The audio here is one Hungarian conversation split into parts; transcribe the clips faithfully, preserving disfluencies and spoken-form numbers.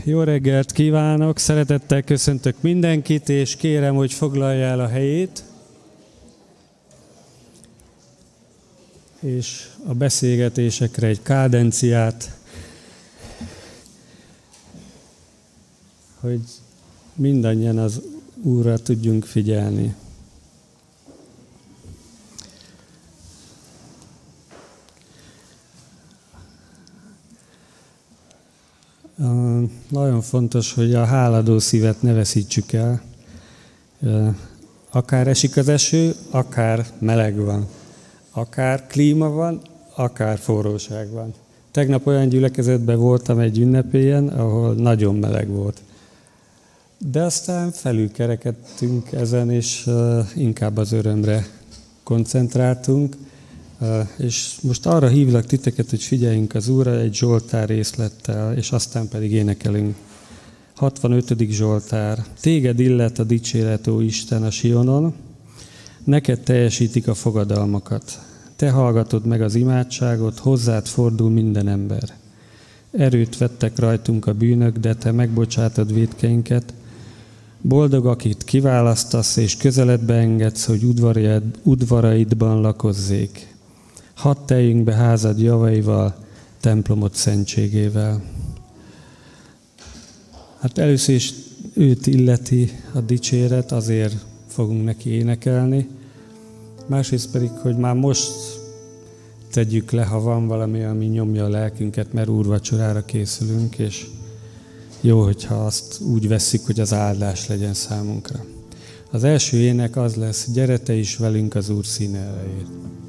Jó reggelt kívánok, szeretettel köszöntök mindenkit, és kérem, hogy foglalja el a helyét. És a beszélgetésekre egy kádenciát, hogy mindannyian az Úrra tudjunk figyelni. Uh, nagyon fontos, hogy a háladó szívet ne veszítsük el. Uh, akár esik az eső, akár meleg van. Akár klíma van, akár forróság van. Tegnap olyan gyülekezetben voltam egy ünnepélyen, ahol nagyon meleg volt. De aztán felülkerekedtünk ezen, és uh, inkább az örömre koncentráltunk. Uh, és most arra hívlak titeket, hogy figyeljünk az Úrra egy Zsoltár részlettel, és aztán pedig énekelünk. hatvanötödik Zsoltár. Téged illet a dicséret, ó Isten, a Sionon, neked teljesítik a fogadalmakat. Te hallgatod meg az imádságot, hozzád fordul minden ember. Erőt vettek rajtunk a bűnök, de te megbocsátod vétkeinket. Boldog, akit kiválasztasz, és közeledbe engedsz, hogy udvaraidban lakozzék. Hadd teljünk be házad javaival, templomod szentségével. Hát először is őt illeti a dicséret, azért fogunk neki énekelni. Másrészt pedig, hogy már most tegyük le, ha van valami, ami nyomja a lelkünket, mert úrvacsorára készülünk, és jó, hogyha azt úgy vesszük, hogy az áldás legyen számunkra. Az első ének az lesz, gyere te is velünk az Úr színe elejét.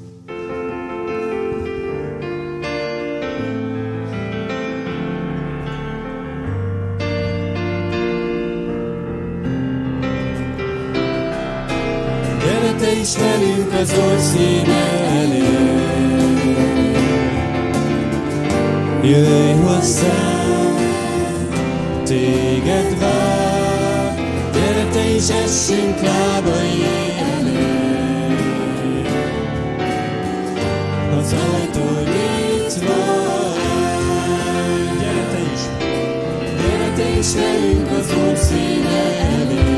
Te is velünk az Úr színe elé. Jöjj hozzám, téged vár, gyere te is essünk lábai elé. Az ajtó nyitva áll, gyere te is, gyere te is velünk az Úr színe elé.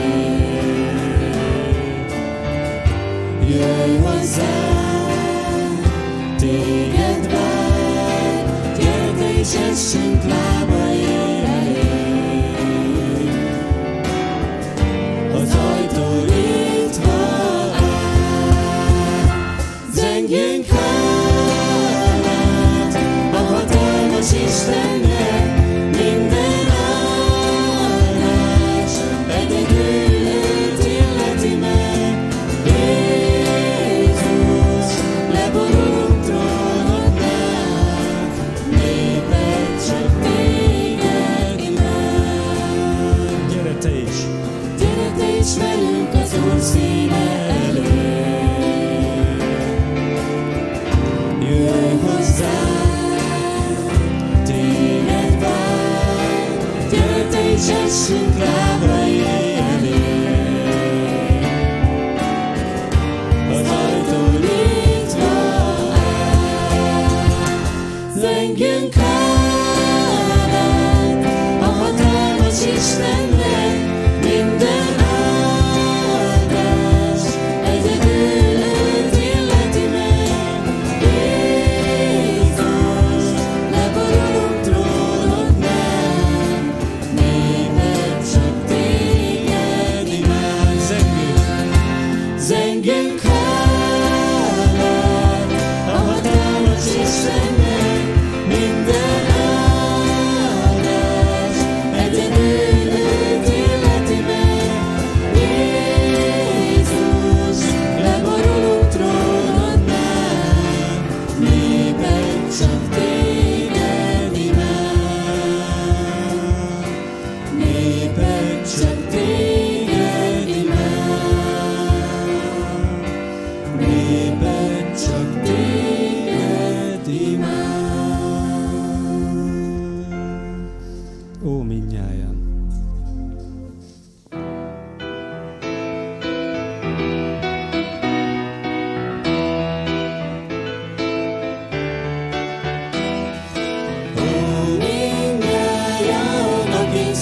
Jöjj hozzám, téged vár, gyere te is essünk lábai elé. Az ajtó nyitva áll, zengjünk hálát a hatalmas Istennek, minden áldás egyedül őt illeti meg. Leborulunk trónodnál, néped csak téged imád. Gyere te is! Gyere te is velünk az Úr színe elé. Jöjj hozzám, téged vár, gyere te is essünk lábai elé. Az ajtó nyitva áll, zengjünk hálát a hatalmas Istennek, minden áldás egyedül őt illeti meg. Jézus, leborulunk trónodnál, néped csak téged imád. Zengjünk, zengjünk hálát a hatalmas Istennek, minden áldás egyedül őt illeti meg. Jézus, leborulunk trónodnál, néped csak téged imád. Néped csak téged imád. Néped csak téged imád. Ó, mindnyájan! Ó, mindnyájan, akik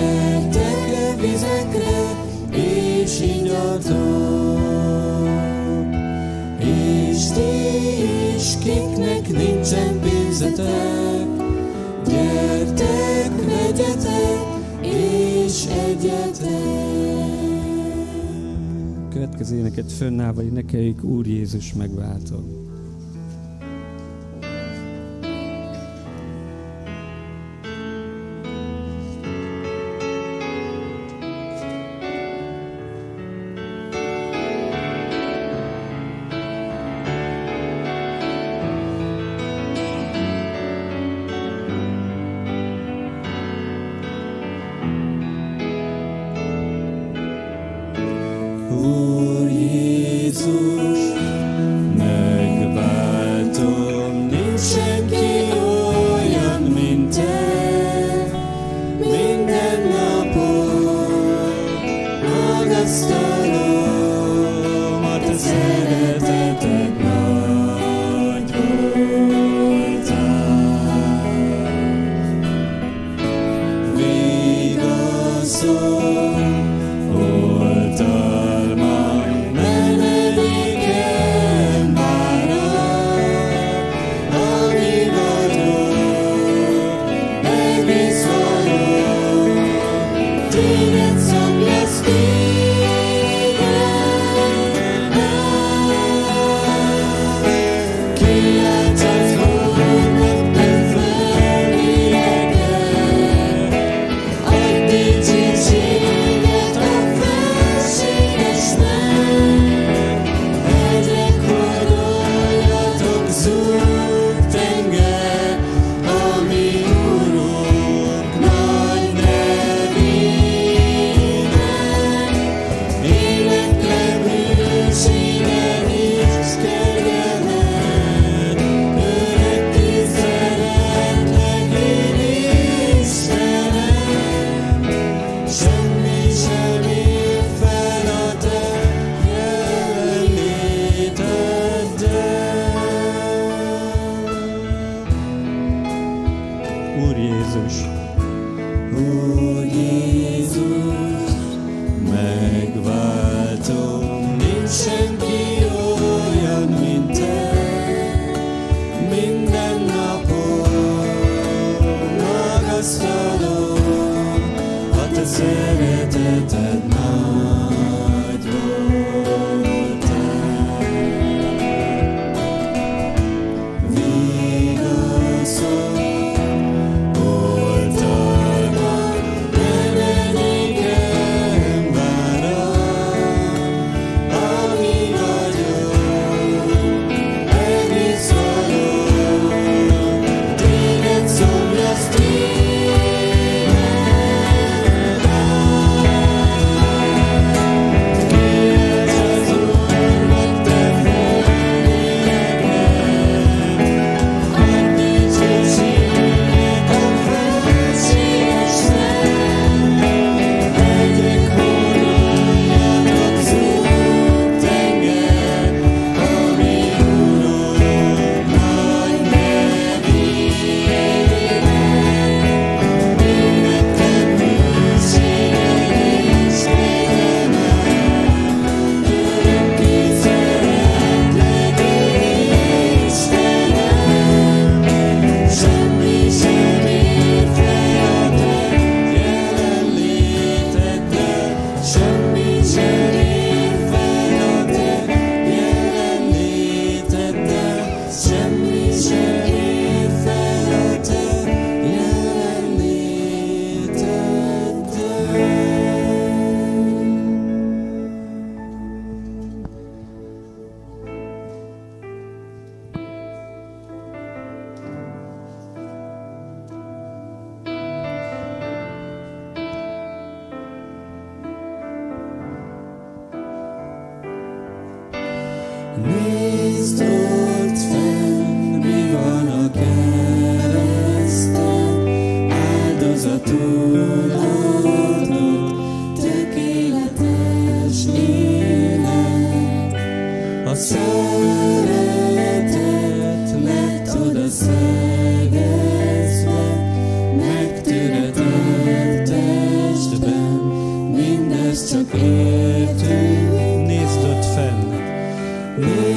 Gyertek le vizekre, és igyatok, és ti is, kiknek nincsen pénzetek, gyertek, vegyetek, és egyetek. Következő éneket fönnállva énekeljük, Úr Jézus megváltom. Úr Jézus, megváltom, nincs senki olyan, mint te. Minden napon magasztalom, a te szereteted nagy voltál. Vigaszol, oltalmam, menedékem várnak, ami vagyok, egész vagyok, téged szomjazd, kiáltod hódnak, te felvileged, adj dicsőséget a felségesnek, hegyek hordoljatok, zúg tenger, ami Urunk nagy nevének.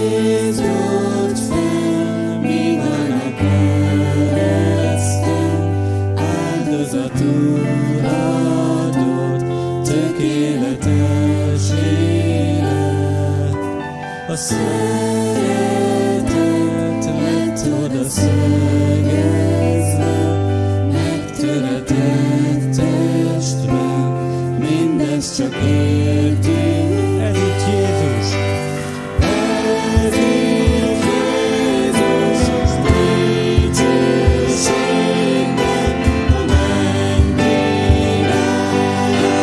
Jézust fel, mi van a kereszten, áldozatul adott, tökéletes élet. A szeretet lett oda szögezve, megtöretett testben, mindezt csak értünk. Ez itt Jézus. Ez itt Jézus, dicsőségben, a menny királya,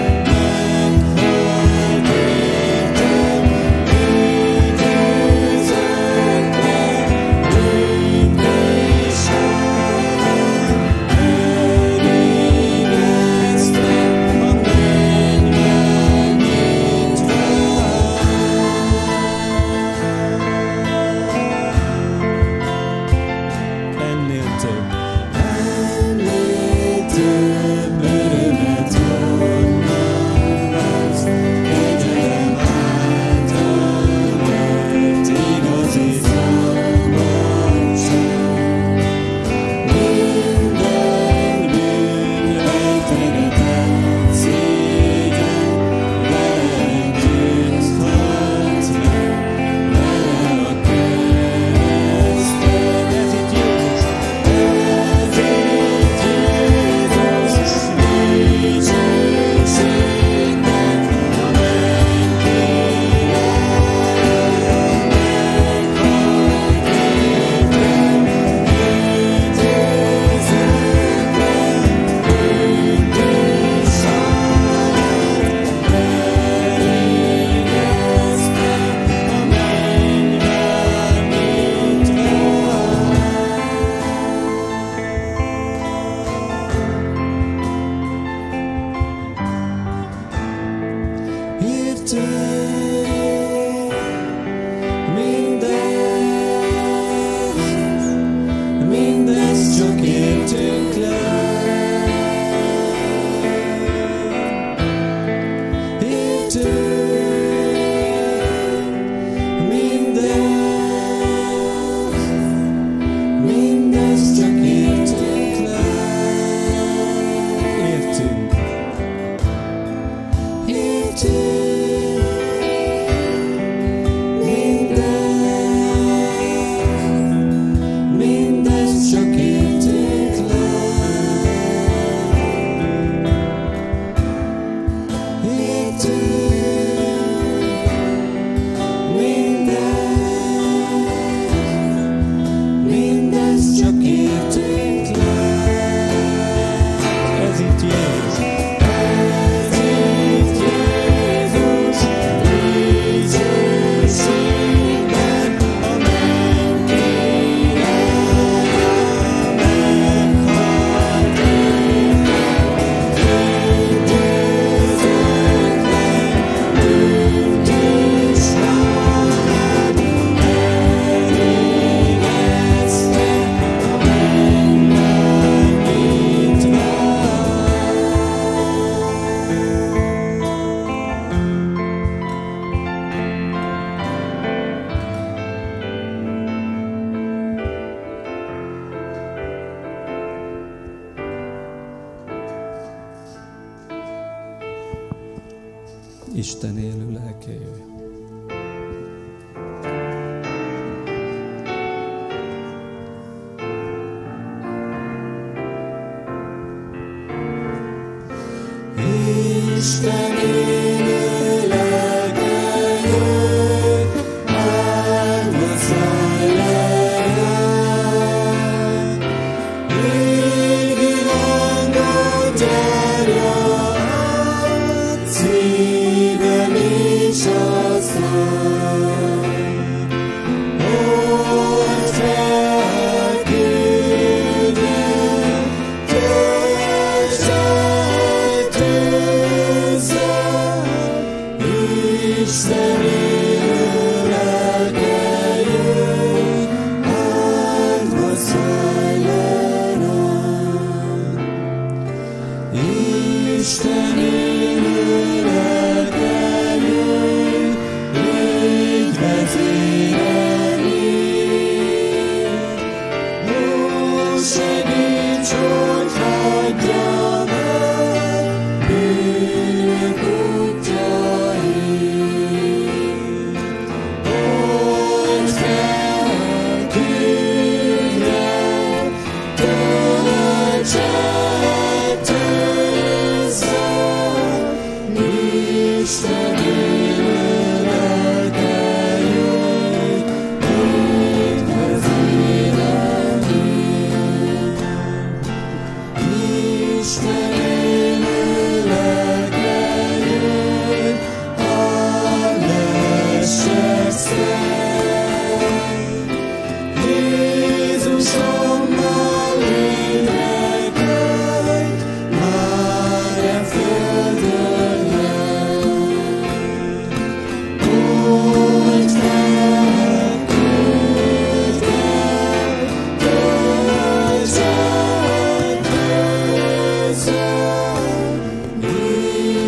meghalt értem, így győzött le, bűnt és halál, elégezte, a mennyben nyitva. Ennél több, ennél több örömet honnan vársz, kegyelem által nyert igazi szabadság. Minden bűn eltegetett szégyen, veled győzt halt meg, vele a kereszten. Ez itt Jézus. Ez itt Jézus, dicsőségben, a menny királya, meghalt értem, így győzött le, bűnt és halált, elégezte, a mennyben nyitva. Értünk mindezt, mindezt csak értünk le. Értünk mindezt, mindezt csak értünk le. Értünk. Értünk mindezt, mindezt csak értünk le. Értünk mindezt, mindezt csak értünk le. Ez itt Jézus. Ez itt Jézus, dicsőségben, a menny királya, meghalt értem, így győzött le, bűnt és halált, elégezte, a mennyben nyitva. Isten élő lelke, jöjj. Isten élő lelke, jöjj, áldva szállj le rám. Égi hangot járja át, szívem is használ. Hogy felküldjem, törzsel tűzzel,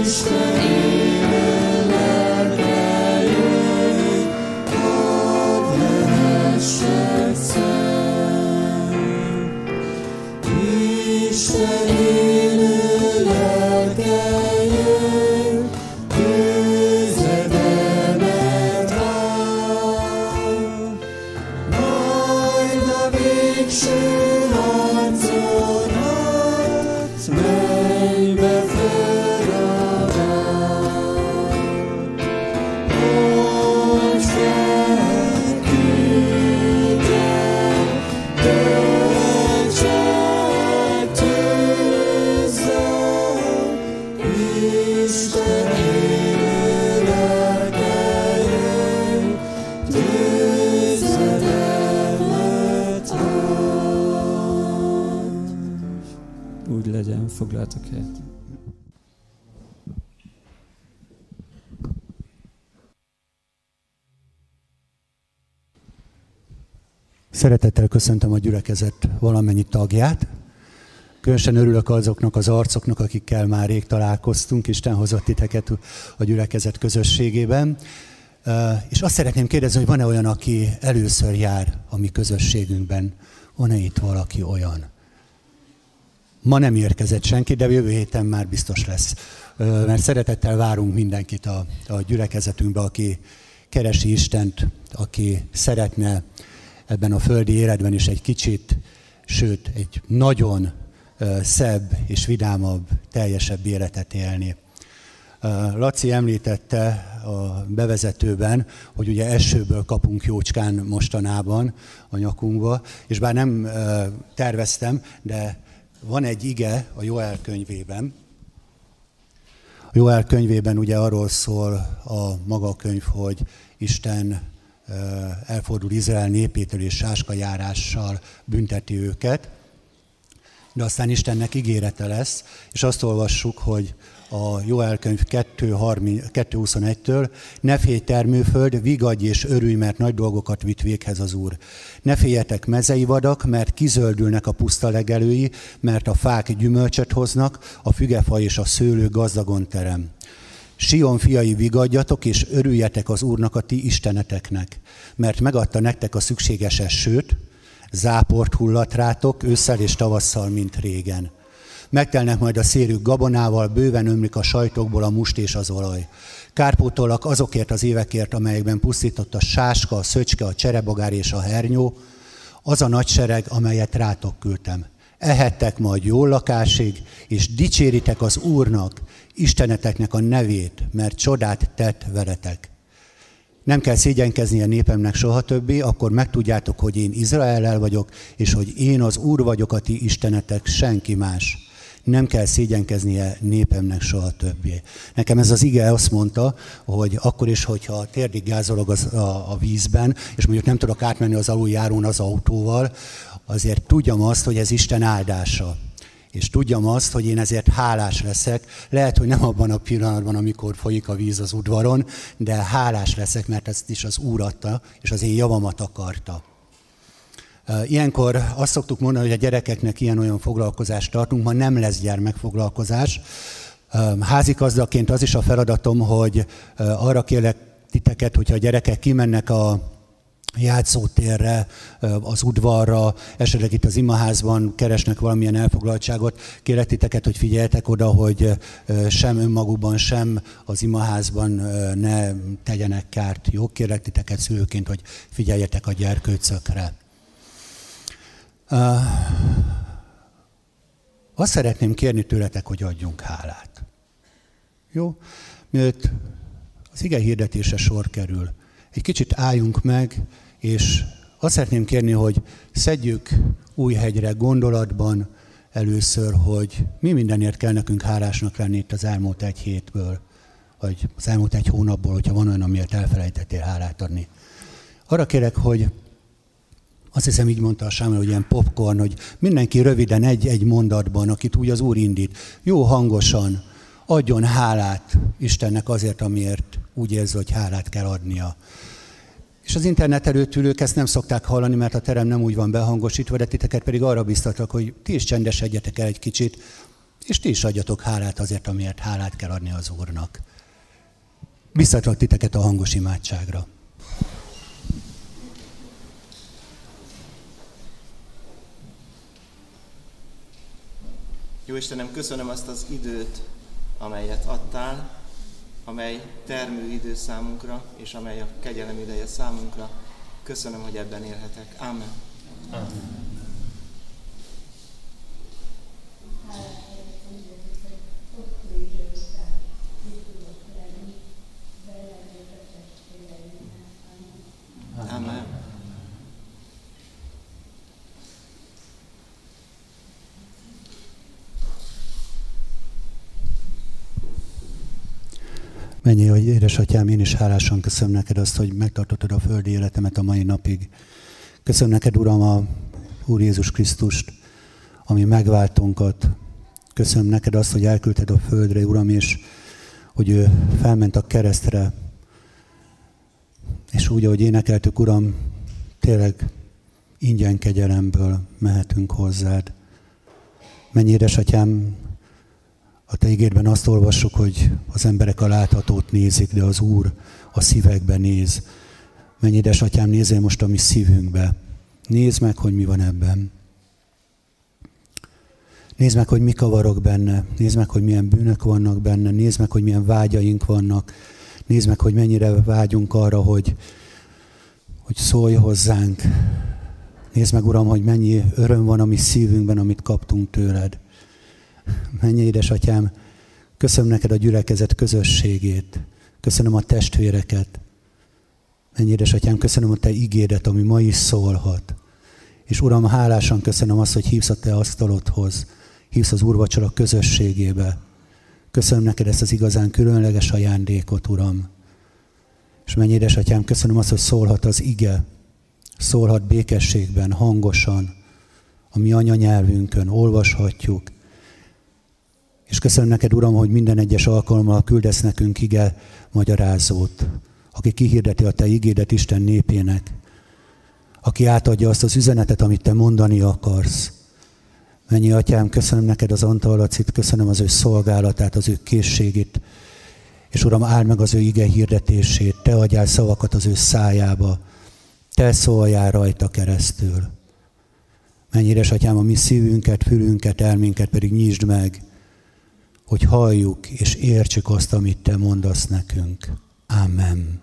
Foglaltok helyet. Szeretettel köszöntöm a gyülekezet valamennyi tagját. Különösen örülök azoknak az arcoknak, akikkel már rég találkoztunk. Isten hozott titeket a gyülekezet közösségében. És azt szeretném kérdezni, hogy van-e olyan, aki először jár a mi közösségünkben? Van-e itt valaki olyan? Ma nem érkezett senki, de jövő héten már biztos lesz. Mert szeretettel várunk mindenkit a, a gyülekezetünkbe, aki keresi Istent, aki szeretne ebben a földi életben is egy kicsit, sőt, egy nagyon szebb és vidámabb, teljesebb életet élni. Laci említette a bevezetőben, hogy ugye esőből kapunk jócskán mostanában a nyakunkba, és bár nem terveztem, de van egy ige a Jóel könyvében. A Jóel könyvében ugye arról szól a maga könyv, hogy Isten elfordul Izrael népétől és sáskajárással bünteti őket, de aztán Istennek ígérete lesz, és azt olvassuk, hogy a Jóel könyv kettő huszonegytől ne félj termőföld, vigadj és örülj, mert nagy dolgokat vitt véghez az Úr. Ne féljetek mezei vadak, mert kizöldülnek a puszta legelői, mert a fák gyümölcsöt hoznak, a fügefa és a szőlő gazdagon terem. Sion fiai, vigadjatok, és örüljetek az Úrnak, a ti isteneteknek, mert megadta nektek a szükséges esőt, záport hullat rátok, ősszel és tavasszal, mint régen. Megtelnek majd a szérük gabonával, bőven ömlik a sajtokból a must és az olaj. Kárpótollak azokért az évekért, amelyekben pusztított a sáska, a szöcske, a cserebogár és a hernyó, az a nagy sereg, amelyet rátok küldtem. Ehettek majd jól lakásig, és dicséritek az Úrnak, Isteneteknek a nevét, mert csodát tett veletek. Nem kell szégyenkezni a népemnek soha többé, akkor megtudjátok, hogy én Izraellel vagyok, és hogy én az Úr vagyok, a ti istenetek, senki más. Nem kell szégyenkeznie népemnek soha többé. Nekem ez az ige azt mondta, hogy akkor is, hogyha térdig gázolog az, a, a vízben, és mondjuk nem tudok átmenni az aluljárón az autóval, azért tudjam azt, hogy ez Isten áldása. És tudjam azt, hogy én ezért hálás leszek. Lehet, hogy nem abban a pillanatban, amikor folyik a víz az udvaron, de hálás leszek, mert ezt is az Úr adta, és az én javamat akarta. Ilyenkor azt szoktuk mondani, hogy a gyerekeknek ilyen-olyan foglalkozást tartunk, ma nem lesz gyermekfoglalkozás. Házigazdaként az is a feladatom, hogy arra kérlek titeket, hogyha a gyerekek kimennek a játszótérre, az udvarra, esetleg itt az imaházban keresnek valamilyen elfoglaltságot, kérlek titeket, hogy figyeljetek oda, hogy sem önmagukban, sem az imaházban ne tegyenek kárt. Jó? Kérlek titeket szülőként, hogy figyeljetek a gyerkőcökre. Azt szeretném kérni tőletek, hogy adjunk hálát. Jó? Mielőtt az ige hirdetésre sor kerül, egy kicsit álljunk meg, és azt szeretném kérni, hogy szedjük Újhegyre gondolatban először, hogy mi mindenért kell nekünk hálásnak lenni itt az elmúlt egy hétből, vagy az elmúlt egy hónapból, hogyha van olyan, amiért elfelejtettél hálát adni. Arra kérek, hogy azt hiszem, így mondta a Sámuel, hogy ilyen popcorn, hogy mindenki röviden egy-egy mondatban, akit úgy az Úr indít, jó hangosan adjon hálát Istennek azért, amiért úgy érzi, hogy hálát kell adnia. És az internet előtt ülők ezt nem szokták hallani, mert a terem nem úgy van behangosítva, de titeket pedig arra biztatlak, hogy ti is csendesedjetek el egy kicsit, És ti is adjatok hálát azért, amiért hálát kell adni az Úrnak. Visszatlak titeket a hangos imádságra. Jó Istenem, köszönöm azt az időt, amelyet adtál, amely termőidő számunkra, és amely a kegyelem ideje számunkra. Köszönöm, hogy ebben élhetek. Ámen. Ámen. Amen. Mennyi, hogy édesatyám, én is hálásan köszönöm neked azt, hogy megtartottad a földi életemet a mai napig. Köszönöm neked, Uram, a Úr Jézus Krisztust, ami megváltónkat. Köszönöm neked azt, hogy elküldted a földre, Uram, és hogy ő felment a keresztre. És úgy, ahogy énekeltük, Uram, tényleg ingyen kegyelemből mehetünk hozzád. Mennyi édesatyám, a te ígédben azt olvassuk, hogy az emberek a láthatót nézik, de az Úr a szívekbe néz. Mennyi édesatyám, nézzél most a mi szívünkbe. Nézd meg, hogy mi van ebben. Nézd meg, hogy mi kavarok benne. Nézd meg, hogy milyen bűnök vannak benne. Nézd meg, hogy milyen vágyaink vannak. Nézd meg, hogy mennyire vágyunk arra, hogy, hogy szólj hozzánk. Nézd meg, Uram, hogy mennyi öröm van a mi szívünkben, amit kaptunk tőled. Mennyi édesatyám, köszönöm neked a gyülekezet közösségét. Köszönöm a testvéreket. Mennyi édesatyám, köszönöm a te igédet, ami ma is szólhat. És Uram, hálásan köszönöm azt, hogy hívsz a te asztalodhoz. Hívsz az úrvacsora közösségébe. Köszönöm neked ezt az igazán különleges ajándékot, Uram. És mennyi édesatyám, köszönöm azt, hogy szólhat az ige. Szólhat békességben, hangosan, a mi anyanyelvünkön, olvashatjuk. És köszönöm neked, Uram, hogy minden egyes alkalommal küldesz nekünk ige magyarázót, aki kihirdeti a te igédet Isten népének, aki átadja azt az üzenetet, amit te mondani akarsz. Mennyi atyám, köszönöm neked az Antal Lacit, köszönöm az ő szolgálatát, az ő készségét, és Uram, áld meg az ő ige hirdetését, te adjál szavakat az ő szájába, te szóljál rajta keresztül. Mennyi édesatyám, a mi szívünket, fülünket, elménket pedig nyisd meg, hogy halljuk és értsük azt, amit te mondasz nekünk. Amen.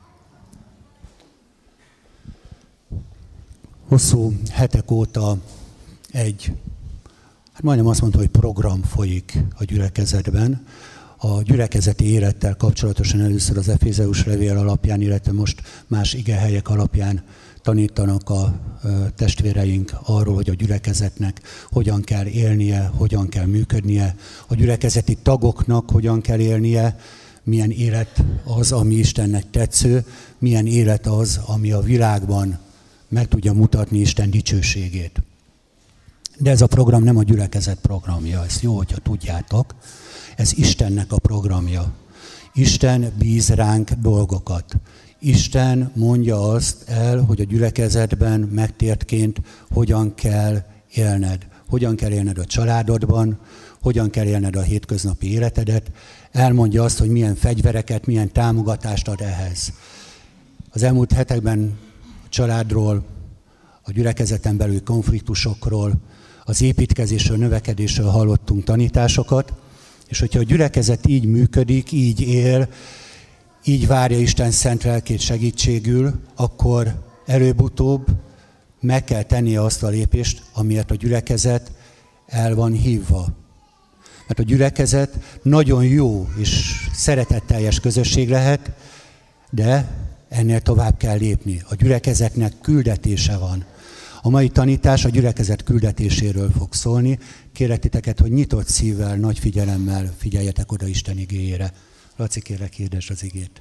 Hosszú hetek óta egy, hát majdnem azt mondta, hogy program folyik a gyülekezetben. A gyülekezeti élettel kapcsolatosan először az Efézeus levél alapján, illetve most más igehelyek alapján tanítanak a testvéreink arról, hogy a gyülekezetnek hogyan kell élnie, hogyan kell működnie, a gyülekezeti tagoknak hogyan kell élnie, milyen élet az, ami Istennek tetsző, milyen élet az, ami a világban meg tudja mutatni Isten dicsőségét. De ez a program nem a gyülekezet programja, ezt jó, hogyha tudjátok. Ez Istennek a programja. Isten bíz ránk dolgokat. Isten mondja azt el, hogy a gyülekezetben megtértként hogyan kell élned. Hogyan kell élned a családodban, hogyan kell élned a hétköznapi életedet. Elmondja azt, hogy milyen fegyvereket, milyen támogatást ad ehhez. Az elmúlt hetekben a családról, a gyülekezeten belül konfliktusokról, az építkezésről, növekedésről hallottunk tanításokat, és hogyha a gyülekezet így működik, így él, így várja Isten szent lelkét segítségül, akkor előbb-utóbb meg kell tennie azt a lépést, amiért a gyülekezet el van hívva. Mert a gyülekezet nagyon jó és szeretetteljes közösség lehet, de ennél tovább kell lépni. A gyülekezetnek küldetése van. A mai tanítás a gyülekezet küldetéséről fog szólni. Kérlek titeket, hogy nyitott szívvel, nagy figyelemmel figyeljetek oda Isten igéjére. Laci, kérlek, hirdesd az igét.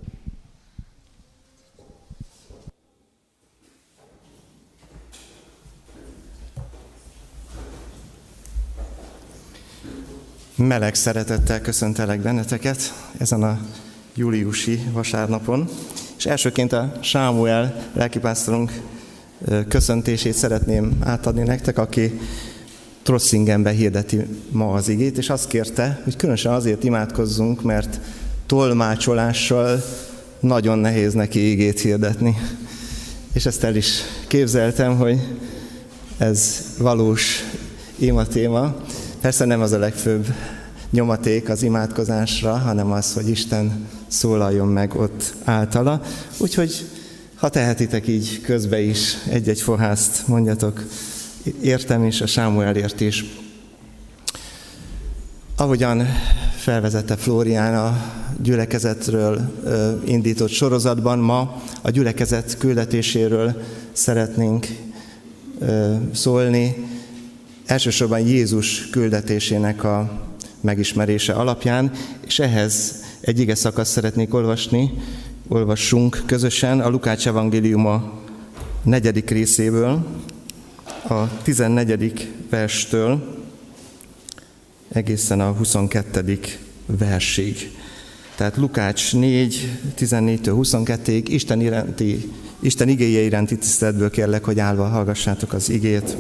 Meleg szeretettel köszöntelek benneteket ezen a júliusi vasárnapon. És elsőként a Sámuel lelkipásztorunk köszöntését szeretném átadni nektek, aki Trossingenben hirdeti ma az igét, és azt kérte, hogy különösen azért imádkozzunk, mert tolmácsolással nagyon nehéz neki igét hirdetni. És ezt el is képzeltem, hogy ez valós imatéma. Persze nem az a legfőbb nyomaték az imádkozásra, hanem az, hogy Isten szólaljon meg ott általa. Úgyhogy, ha tehetitek így közbe is, egy-egy fohászt mondjatok, értem is, a Sámuelért is. Ahogyan felvezette Flórián a gyülekezetről indított sorozatban, ma a gyülekezet küldetéséről szeretnénk szólni, elsősorban Jézus küldetésének a megismerése alapján, és ehhez egy ige szakaszt szeretnék olvasni, olvassunk közösen a Lukács evangéliuma negyedik részéből, a tizennegyedik verstől egészen a huszonkettedik versig. Tehát Lukács négy, tizennégytől huszonkettőig Isten, iránti, Isten igéje iránti tiszteletből kérlek, hogy állva hallgassátok az igét.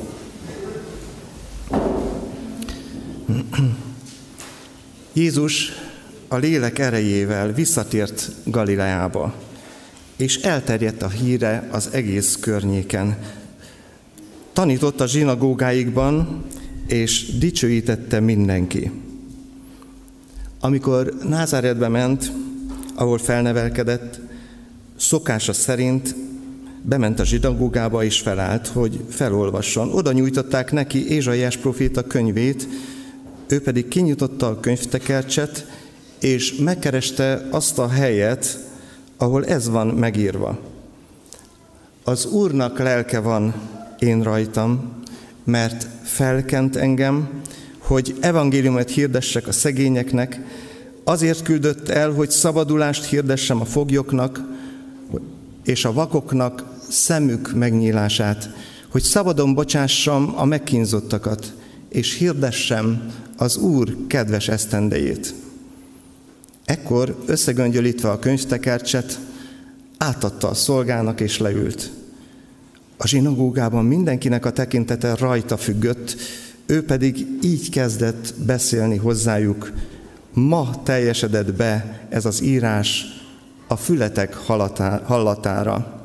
Jézus a lélek erejével visszatért Galileába, és elterjedt a híre az egész környéken. Tanított a zsinagógáikban, és dicsőítette mindenki. Amikor Názáretbe ment, ahol felnevelkedett, szokása szerint bement a zsinagógába és felállt, hogy felolvasson. Oda nyújtották neki Ézsaiás próféta könyvét, ő pedig kinyitotta a könyvtekercset, és megkereste azt a helyet, ahol ez van megírva. Az Úrnak lelke van én rajtam, mert felkent engem, hogy evangéliumot hirdessek a szegényeknek, azért küldött el, hogy szabadulást hirdessem a foglyoknak, és a vakoknak szemük megnyílását, hogy szabadon bocsássam a megkínzottakat, és hirdessem az Úr kedves esztendejét. Ekkor összegöngyölítve a könyvtekercset, átadta a szolgának és leült. A zsinagógában mindenkinek a tekintete rajta függött, ő pedig így kezdett beszélni hozzájuk. Ma teljesedett be ez az írás a fületek hallatára.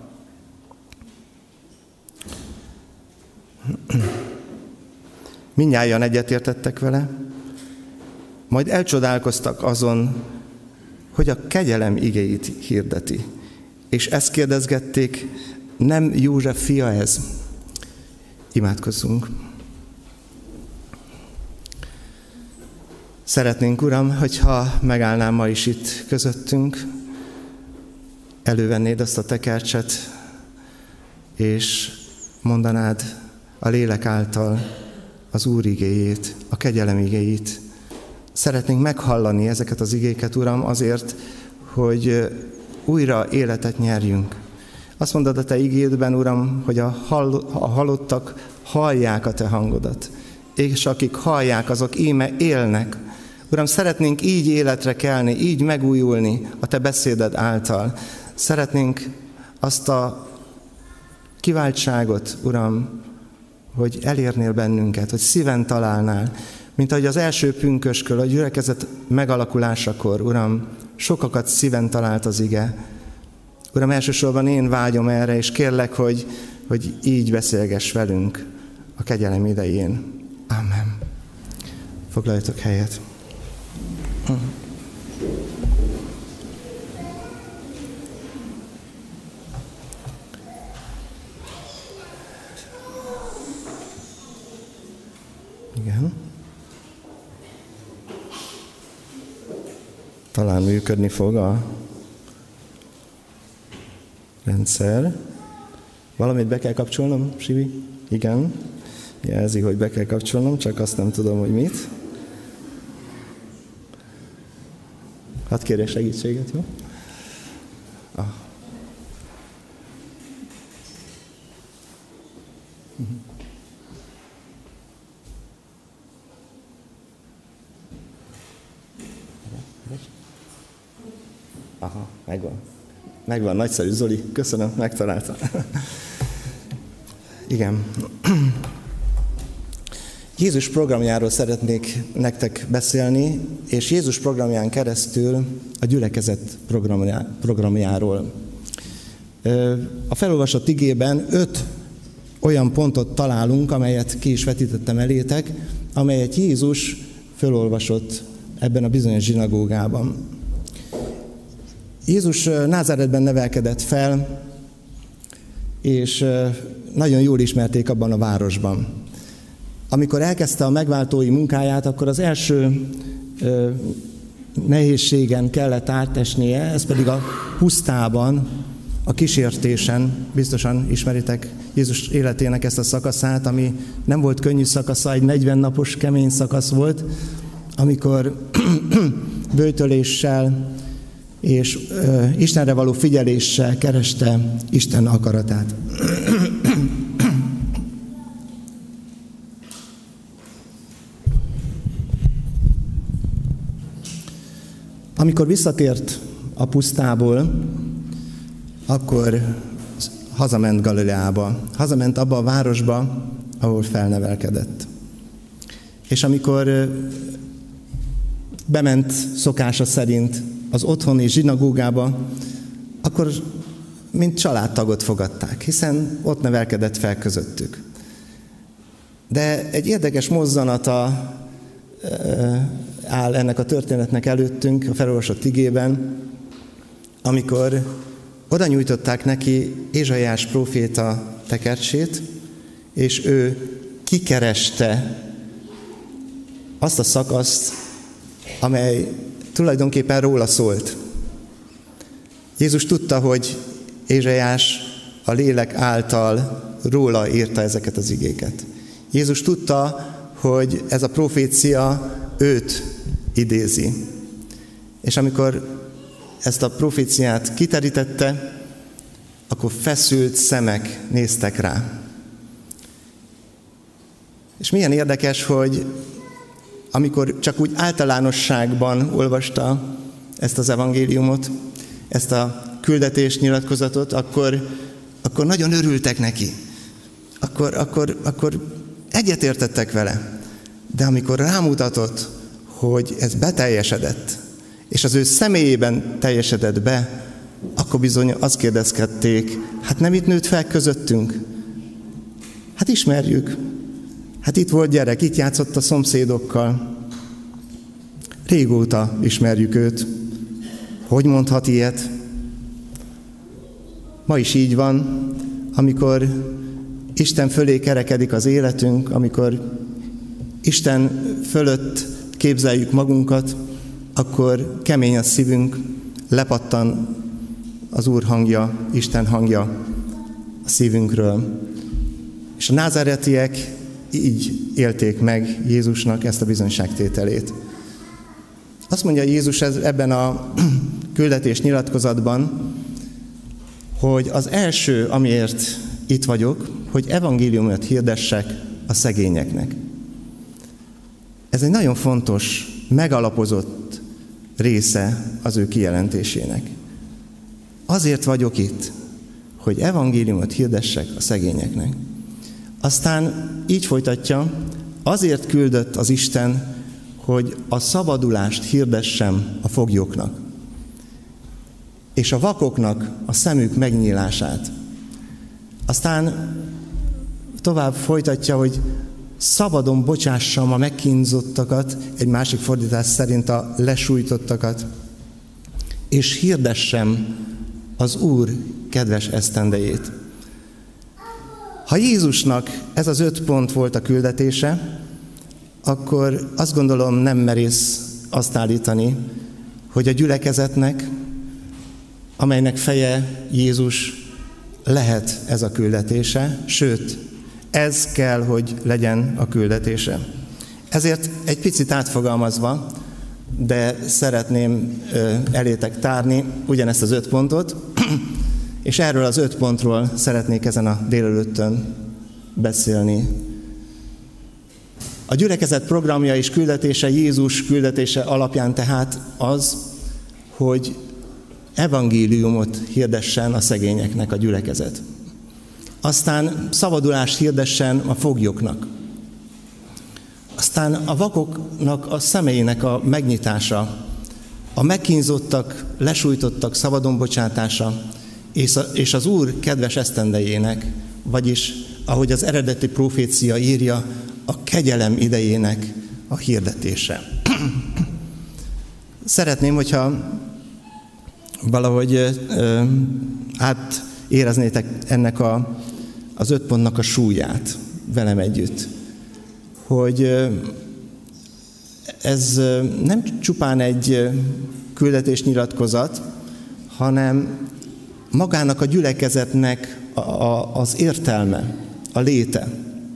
Mindnyájan egyetértettek vele, majd elcsodálkoztak azon, hogy a kegyelem igéit hirdeti. És ezt kérdezgették, nem József fia ez? Imádkozzunk. Szeretnénk, Uram, hogyha megállnám ma is itt közöttünk, elővennéd azt a tekercset, és mondanád a lélek által az Úr igéjét, a kegyelem igéjét. Szeretnénk meghallani ezeket az igéket, Uram, azért, hogy újra életet nyerjünk. Azt mondod a Te igédben, Uram, hogy a, hall- a halottak hallják a Te hangodat, és akik hallják, azok íme élnek. Uram, szeretnénk így életre kelni, így megújulni a Te beszéded által. Szeretnénk azt a kiváltságot, Uram, hogy elérnél bennünket, hogy szíven találnál, mint ahogy az első pünkösköl, a gyülekezet megalakulásakor, Uram, sokakat szíven talált az ige. Uram, elsősorban én vágyom erre, és kérlek, hogy, hogy így beszélgess velünk a kegyelem idején. Amen. Foglaljatok helyet. Igen. Talán működni fog a rendszer. Valamit be kell kapcsolnom, Sivi? Igen. Jelzi, hogy be kell kapcsolnom, csak azt nem tudom, hogy mit. Hadd kérjek segítséget, jó? Ah. Uh-huh. Aha, megvan. Megvan, nagyszerű, Zoli. Köszönöm, megtaláltam. Igen. Jézus programjáról szeretnék nektek beszélni, és Jézus programján keresztül a gyülekezet programjáról. A felolvasott igében öt olyan pontot találunk, amelyet ki is vetítettem elétek, amelyet Jézus felolvasott ebben a bizonyos zsinagógában. Jézus Názáretben nevelkedett fel, és nagyon jól ismerték abban a városban. Amikor elkezdte a megváltói munkáját, akkor az első ö, nehézségen kellett átesnie, ez pedig a pusztában, a kísértésen. Biztosan ismeritek Jézus életének ezt a szakaszát, ami nem volt könnyű szakasza, egy negyven napos kemény szakasz volt, amikor böjtöléssel és ö, Istenre való figyeléssel kereste Isten akaratát. Amikor visszatért a pusztából, akkor hazament Galileába, hazament abba a városba, ahol felnevelkedett. És amikor bement szokása szerint az otthoni zsinagógába, akkor mint családtagot fogadták, hiszen ott nevelkedett fel közöttük. De egy érdekes mozzanata áll ennek a történetnek előttünk, a felolvasott igében, amikor oda nyújtották neki Ézsaiás próféta tekercsét, és ő kikereste azt a szakaszt, amely tulajdonképpen róla szólt. Jézus tudta, hogy Ézsaiás a lélek által róla írta ezeket az igéket. Jézus tudta, hogy ez a profécia őt idézi. És amikor ezt a proféciát kiterítette, akkor feszült szemek néztek rá. És milyen érdekes, hogy amikor csak úgy általánosságban olvasta ezt az evangéliumot, ezt a küldetésnyilatkozatot, akkor, akkor nagyon örültek neki. Akkor, akkor, akkor egyetértettek vele. De amikor rámutatott, hogy ez beteljesedett, és az ő személyében teljesedett be, akkor bizony azt kérdezkedték, hát nem itt nőtt fel közöttünk? Hát ismerjük. Hát itt volt gyerek, itt játszott a szomszédokkal. Régóta ismerjük őt. Hogy mondhat ilyet? Ma is így van, amikor Isten fölé kerekedik az életünk, amikor Isten fölött képzeljük magunkat, akkor kemény a szívünk, lepattan az Úr hangja, Isten hangja a szívünkről. És a názáretiek így élték meg Jézusnak ezt a bizonyságtételét. Azt mondja Jézus ebben a küldetés nyilatkozatban, hogy az első, amiért itt vagyok, hogy evangéliumot hirdessek a szegényeknek. Ez egy nagyon fontos, megalapozott része az ő kijelentésének. Azért vagyok itt, hogy evangéliumot hirdessek a szegényeknek. Aztán így folytatja, azért küldött az Isten, hogy a szabadulást hirdessem a foglyoknak, és a vakoknak a szemük megnyílását. Aztán tovább folytatja, hogy szabadon bocsássam a megkínzottakat, egy másik fordítás szerint a lesújtottakat, és hirdessem az Úr kedves esztendejét. Ha Jézusnak ez az öt pont volt a küldetése, akkor azt gondolom nem merész azt állítani, hogy a gyülekezetnek, amelynek feje Jézus, lehet ez a küldetése, sőt, ez kell, hogy legyen a küldetése. Ezért egy picit átfogalmazva, de szeretném elétek tárni ugyanezt az öt pontot, és erről az öt pontról szeretnék ezen a délelőttön beszélni. A gyülekezet programja és küldetése, Jézus küldetése alapján tehát az, hogy evangéliumot hirdessen a szegényeknek a gyülekezet. Aztán szabadulást hirdessen a foglyoknak. Aztán a vakoknak a szemeinek a megnyitása, a megkínzottak, lesújtottak szabadon bocsátása, és az Úr kedves esztendejének, vagyis, ahogy az eredeti profécia írja, a kegyelem idejének a hirdetése. Szeretném, hogyha valahogy ö, átéreznétek ennek a, az öt pontnak a súlyát velem együtt. Hogy ö, ez ö, nem csupán egy küldetésnyilatkozat, hanem magának a gyülekezetnek a, a, az értelme, a léte.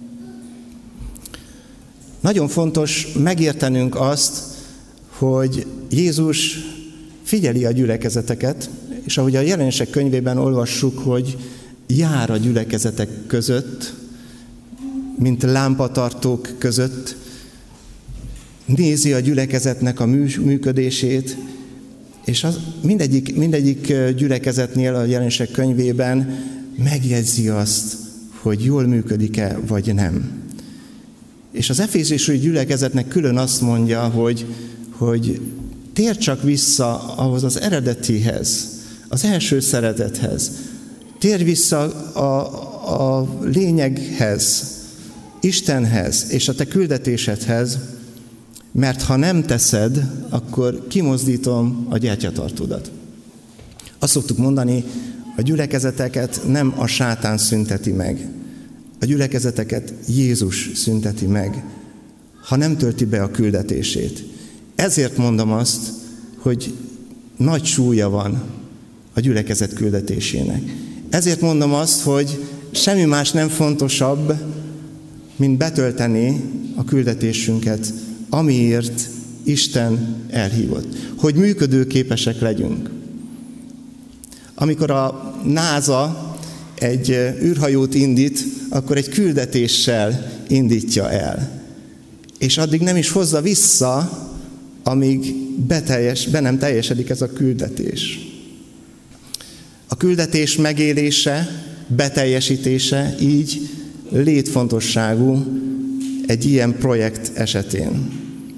Nagyon fontos megértenünk azt, hogy Jézus figyeli a gyülekezeteket, és ahogy a Jelenések könyvében olvassuk, hogy jár a gyülekezetek között, mint lámpatartók között, nézi a gyülekezetnek a működését, és az mindegyik, mindegyik gyülekezetnél a Jelenések könyvében megjegyzi azt, hogy jól működik-e, vagy nem. És az efézusi gyülekezetnek külön azt mondja, hogy, hogy tér csak vissza ahhoz az eredetihez, az első szeretethez. Tér vissza a, a lényeghez, Istenhez és a te küldetésedhez, mert ha nem teszed, akkor kimozdítom a gyertyatartódat. Azt szoktuk mondani, a gyülekezeteket nem a sátán szünteti meg. A gyülekezeteket Jézus szünteti meg, ha nem tölti be a küldetését. Ezért mondom azt, hogy nagy súlya van a gyülekezet küldetésének. Ezért mondom azt, hogy semmi más nem fontosabb, mint betölteni a küldetésünket, amiért Isten elhívott. Hogy működőképesek legyünk. Amikor a NASA egy űrhajót indít, akkor egy küldetéssel indítja el. És addig nem is hozza vissza, amíg beteljes, be nem teljesedik ez a küldetés. A küldetés megélése, beteljesítése így létfontosságú egy ilyen projekt esetén.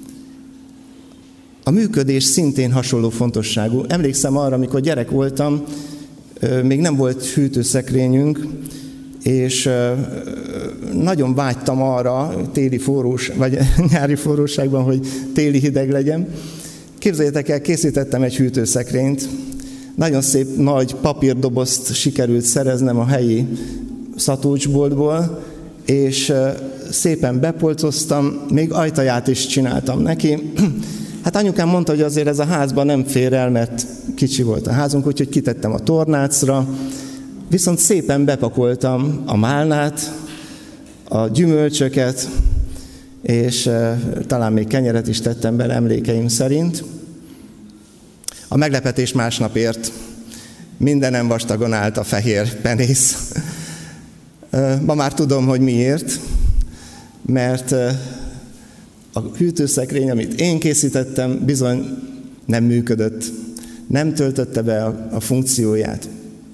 A működés szintén hasonló fontosságú. Emlékszem arra, amikor gyerek voltam, még nem volt hűtőszekrényünk, és nagyon vágytam arra téli forrós, vagy nyári forróságban, hogy téli hideg legyen. Képzeljétek el, készítettem egy hűtőszekrényt, nagyon szép nagy papírdobozt sikerült szereznem a helyi szatócsboltból, és szépen bepolcoztam, még ajtaját is csináltam neki. Hát anyukám mondta, hogy azért ez a házban nem fér el, mert kicsi volt a házunk, úgyhogy kitettem a tornácra, viszont szépen bepakoltam a málnát, a gyümölcsöket, és e, talán még kenyeret is tettem bele emlékeim szerint. A meglepetés másnap ért. Mindenem vastagon állt a fehér penész. Ma már tudom, hogy miért, mert a hűtőszekrény, amit én készítettem, bizony nem működött, nem töltötte be a, a funkcióját.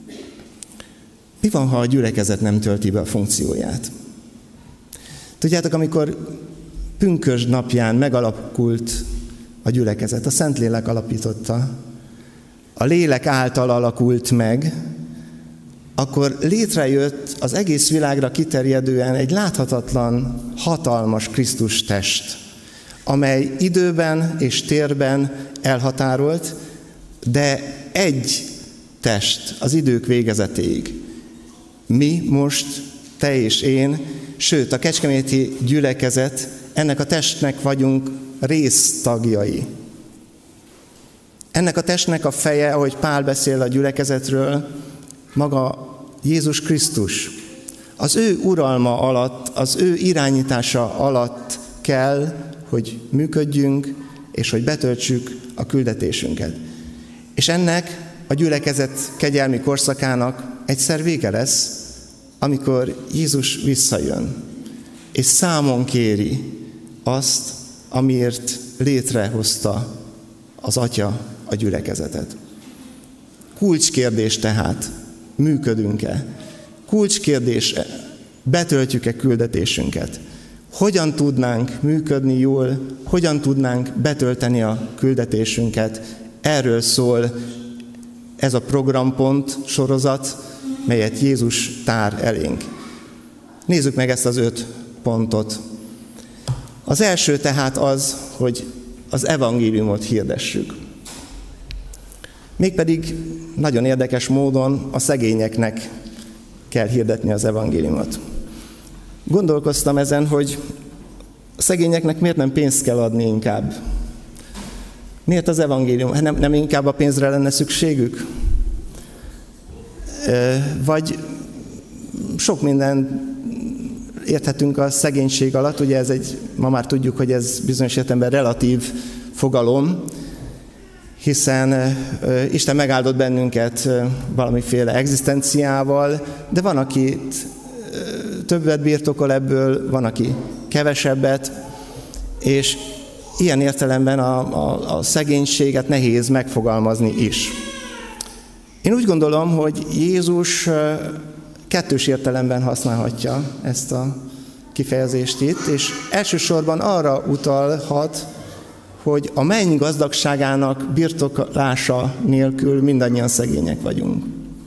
Mi van, ha a gyülekezet nem tölti be a funkcióját? Tudjátok, amikor pünkösd napján megalakult a gyülekezet, a Szentlélek alapította, a lélek által alakult meg, akkor létrejött az egész világra kiterjedően egy láthatatlan, hatalmas Krisztus test, amely időben és térben elhatárolt, de egy test az idők végezetéig. Mi most, te és én, sőt a kecskeméti gyülekezet, ennek a testnek vagyunk résztagjai. Ennek a testnek a feje, ahogy Pál beszél a gyülekezetről, maga Jézus Krisztus. Az ő uralma alatt, az ő irányítása alatt kell, hogy működjünk, és hogy betöltsük a küldetésünket. És ennek a gyülekezet kegyelmi korszakának egyszer vége lesz, amikor Jézus visszajön, és számon kéri azt, amiért létrehozta az Atya a gyülekezetet. Kulcskérdés tehát, működünk-e? Kulcskérdés, betöltjük-e küldetésünket? hogyan tudnánk működni jól, hogyan tudnánk betölteni a küldetésünket. Erről szól ez a programpont sorozat, melyet Jézus tár elénk. Nézzük meg ezt az öt pontot. Az első tehát az, hogy az evangéliumot hirdessük. Mégpedig nagyon érdekes módon a szegényeknek kell hirdetni az evangéliumot. Gondolkoztam ezen, hogy a szegényeknek miért nem pénzt kell adni inkább? Miért az evangélium? Nem, nem inkább a pénzre lenne szükségük? Vagy sok minden érthetünk a szegénység alatt, ugye ez egy, ma már tudjuk, hogy ez bizonyos értelemben relatív fogalom, hiszen Isten megáldott bennünket valamiféle egzisztenciával, de van, aki többet birtokol ebből, van, aki kevesebbet, és ilyen értelemben a, a, a szegénységet nehéz megfogalmazni is. Én úgy gondolom, hogy Jézus kettős értelemben használhatja ezt a kifejezést itt, és elsősorban arra utalhat, hogy a menny gazdagságának birtoklása nélkül mindannyian szegények vagyunk.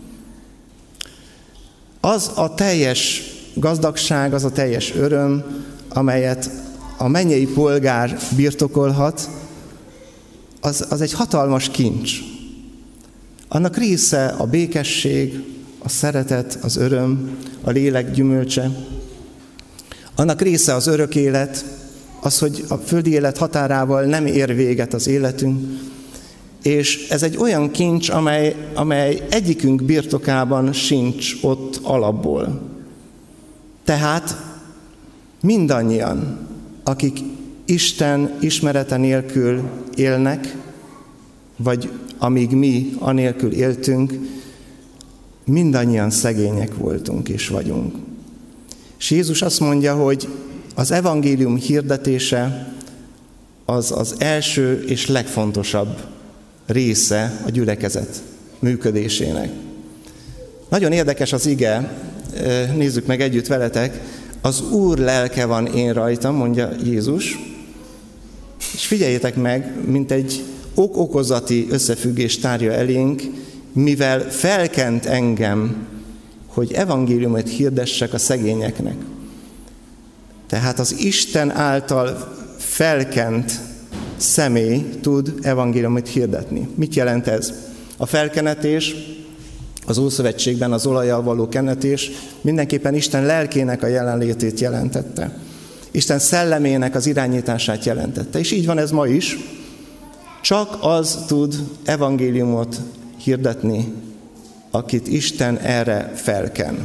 Az a teljes gazdagság, az a teljes öröm, amelyet a mennyei polgár birtokolhat, az, az egy hatalmas kincs. Annak része a békesség, a szeretet, az öröm, a lélek gyümölcse. Annak része az örök élet, az, hogy a földi élet határával nem ér véget az életünk, és ez egy olyan kincs, amely, amely egyikünk birtokában sincs ott alapból. Tehát mindannyian, akik Isten ismerete nélkül élnek, vagy amíg mi anélkül éltünk, mindannyian szegények voltunk és vagyunk. És Jézus azt mondja, hogy az evangélium hirdetése az az első és legfontosabb része a gyülekezet működésének. Nagyon érdekes az ige, nézzük meg együtt veletek, az Úr lelke van én rajtam, mondja Jézus, és figyeljétek meg, mint egy ok-okozati összefüggést tárja elénk, mivel felkent engem, hogy evangéliumot hirdessek a szegényeknek. Tehát az Isten által felkent személy tud evangéliumot hirdetni. Mit jelent ez? A felkenetés, az Ószövetségben az olajjal való kenetés mindenképpen Isten lelkének a jelenlétét jelentette. Isten szellemének az irányítását jelentette. És így van ez ma is. Csak az tud evangéliumot hirdetni, akit Isten erre felken.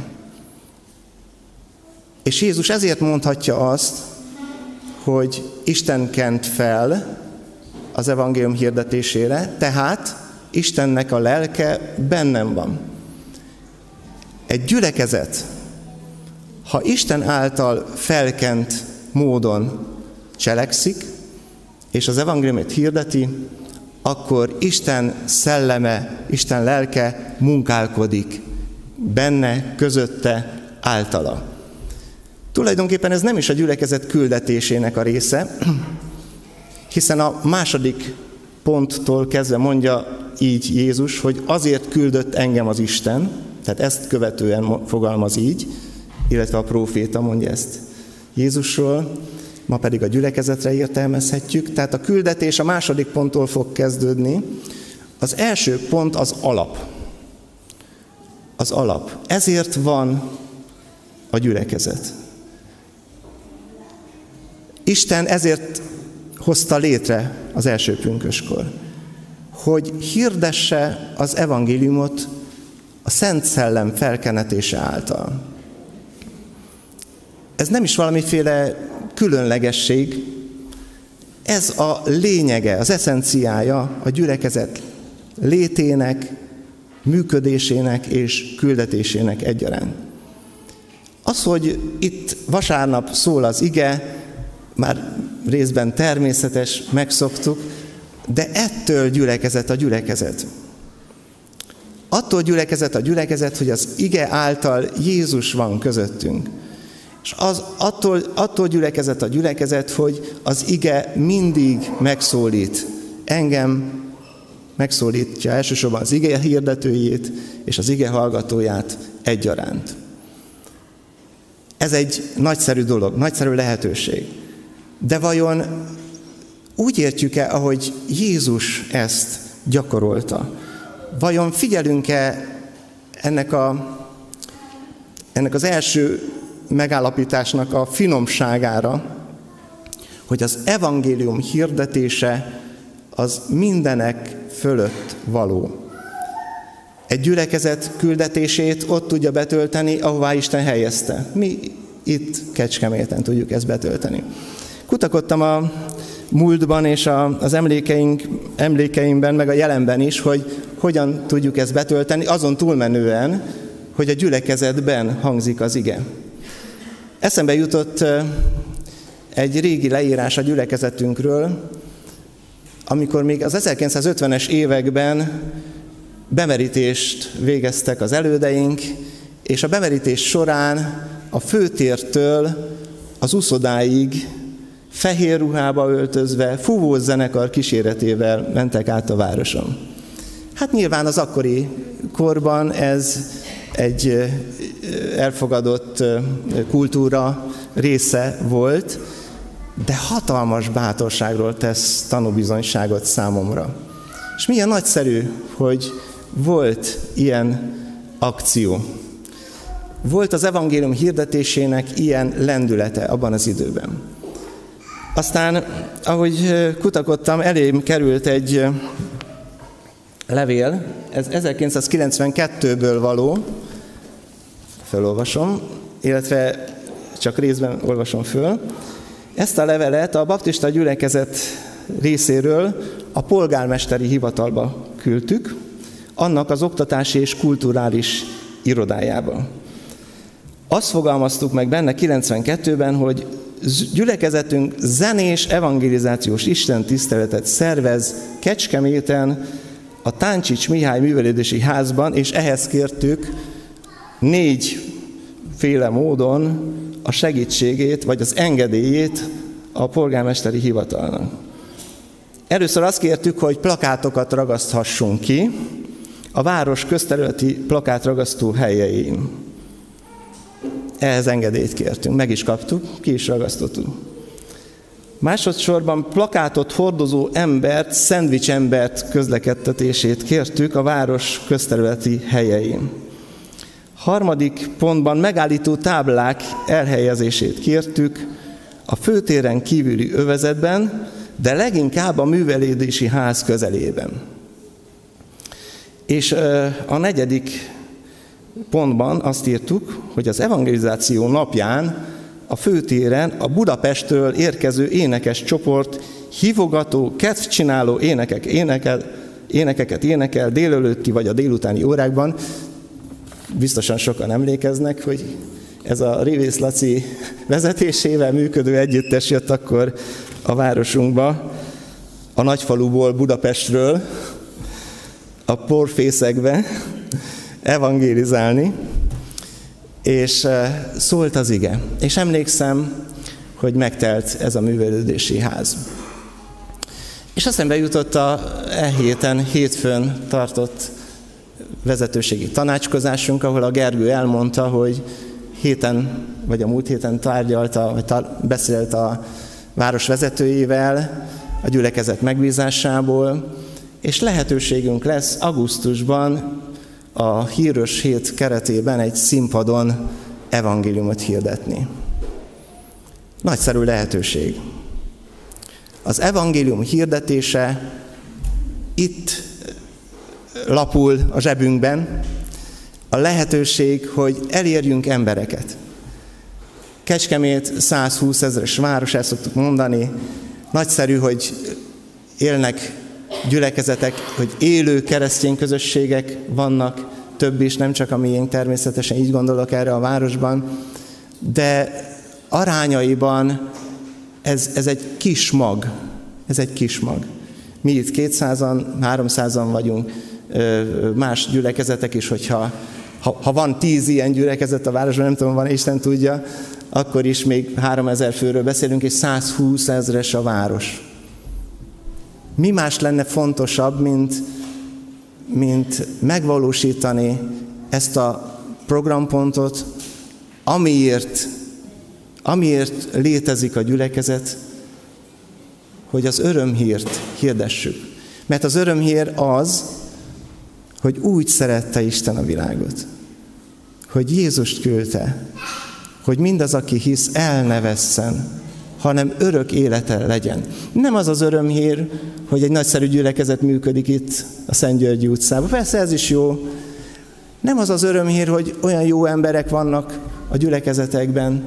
És Jézus ezért mondhatja azt, hogy Isten kent fel az evangélium hirdetésére, tehát Istennek a lelke bennem van. Egy gyülekezet, ha Isten által felkent módon cselekszik, és az evangéliumot hirdeti, akkor Isten szelleme, Isten lelke munkálkodik benne, közötte, általa. Tulajdonképpen ez nem is a gyülekezet küldetésének a része, hiszen a második ponttól kezdve mondja így Jézus, hogy azért küldött engem az Isten, tehát ezt követően fogalmaz így, illetve a próféta mondja ezt Jézusról, ma pedig a gyülekezetre értelmezhetjük. Tehát a küldetés a második ponttól fog kezdődni. Az első pont az alap. Az alap. Ezért van a gyülekezet. Isten ezért hozta létre az első pünköskor, hogy hirdesse az evangéliumot a Szent Szellem felkenetése által. Ez nem is valamiféle különlegesség, ez a lényege, az eszenciája a gyülekezet létének, működésének és küldetésének egyaránt. Az, hogy itt vasárnap szól az ige, már részben természetes, megszoktuk, de ettől gyülekezet a gyülekezet. Attól gyülekezet a gyülekezet, hogy az ige által Jézus van közöttünk. És az, attól, attól gyülekezet a gyülekezet, hogy az ige mindig megszólít. Engem megszólítja elsősorban az ige hirdetőjét és az ige hallgatóját egyaránt. Ez egy nagyszerű dolog, nagyszerű lehetőség. De vajon úgy értjük-e, ahogy Jézus ezt gyakorolta? Vajon figyelünk-e ennek, a, ennek az első megállapításnak a finomságára, hogy az evangélium hirdetése az mindenek fölött való. Egy gyülekezet küldetését ott tudja betölteni, ahová Isten helyezte. Mi itt Kecskeméten tudjuk ezt betölteni. Kutakodtam a múltban és az emlékeink, emlékeimben, meg a jelenben is, hogy hogyan tudjuk ezt betölteni, azon túlmenően, hogy a gyülekezetben hangzik az ige. Eszembe jutott egy régi leírás a gyülekezetünkről, amikor még az ezerkilencszázötvenes években bemerítést végeztek az elődeink, és a bemerítés során a főtértől az uszodáig fehér ruhába öltözve, fúvós zenekar kíséretével mentek át a városon. Hát nyilván az akkori korban ez egy elfogadott kultúra része volt, de hatalmas bátorságról tesz tanúbizonyságot számomra. És milyen nagyszerű, hogy volt ilyen akció. Volt az evangélium hirdetésének ilyen lendülete abban az időben. Aztán, ahogy kutakodtam, elém került egy levél, ez ezerkilencszázkilencvenkettőből való, felolvasom, illetve csak részben olvasom föl. Ezt a levelet a baptista gyülekezet részéről a polgármesteri hivatalba küldtük, annak az oktatási és kulturális irodájába. Azt fogalmaztuk meg benne kilencvenkettőben, hogy gyülekezetünk zenés evangelizációs istentiszteletet szervez Kecskeméten, a Táncsics Mihály Művelődési Házban, és ehhez kértük négyféle módon a segítségét, vagy az engedélyét a polgármesteri hivatalnak. Először azt kértük, hogy plakátokat ragaszthassunk ki a város közterületi plakátragasztó helyein. Ehhez engedélyt kértünk, meg is kaptuk, ki is ragasztottuk. Másodszorban plakátot hordozó embert, szendvics embert közlekedtetését kértük a város közterületi helyein. Harmadik pontban megállító táblák elhelyezését kértük a főtéren kívüli övezetben, de leginkább a művelődési ház közelében. És a negyedik pontban azt írtuk, hogy az evangelizáció napján a főtéren a Budapestről érkező énekes csoport hívogató, kedvcsináló énekek, énekel, énekeket énekel délelőtti vagy a délutáni órákban. Biztosan sokan emlékeznek, hogy ez a Révész Laci vezetésével működő együttes jött akkor a városunkba, a nagyfaluból, Budapestről, a porfészekbe evangélizálni, és szólt az ige. És emlékszem, hogy megtelt ez a művelődési ház. És eszembe jutott a e héten, hétfőn tartott vezetőségi tanácskozásunk, ahol a Gergő elmondta, hogy héten, vagy a múlt héten tárgyalta, vagy tar- beszélt a város vezetőjével a gyülekezet megbízásából, és lehetőségünk lesz augusztusban a Hírös Hét keretében egy színpadon evangéliumot hirdetni. Nagyszerű lehetőség. Az evangélium hirdetése itt lapul a zsebünkben, a lehetőség, hogy elérjünk embereket. Kecskemét százhúsz ezres város, ezt szoktuk mondani. Nagyszerű, hogy élnek gyülekezetek, hogy élő keresztény közösségek vannak, több is, nem csak a miénk, természetesen így gondolok erre a városban, de arányaiban ez, ez egy kis mag, ez egy kis mag. Mi itt kétszázan, háromszázan vagyunk, más gyülekezetek is, hogyha ha, ha van tíz ilyen gyülekezet a városban, nem tudom, van, Isten tudja, akkor is még háromezer főről beszélünk, és százhúszezres a város. Mi más lenne fontosabb, mint, mint megvalósítani ezt a programpontot, amiért, amiért létezik a gyülekezet, hogy az örömhírt hirdessük. Mert az örömhír az, hogy úgy szerette Isten a világot, hogy Jézust küldte, hogy mindaz, aki hisz, el ne vesszen, hanem örök élete legyen. Nem az az örömhír, hogy egy nagyszerű gyülekezet működik itt a Szentgyörgyi utcában. Persze ez is jó. Nem az az örömhír, hogy olyan jó emberek vannak a gyülekezetekben.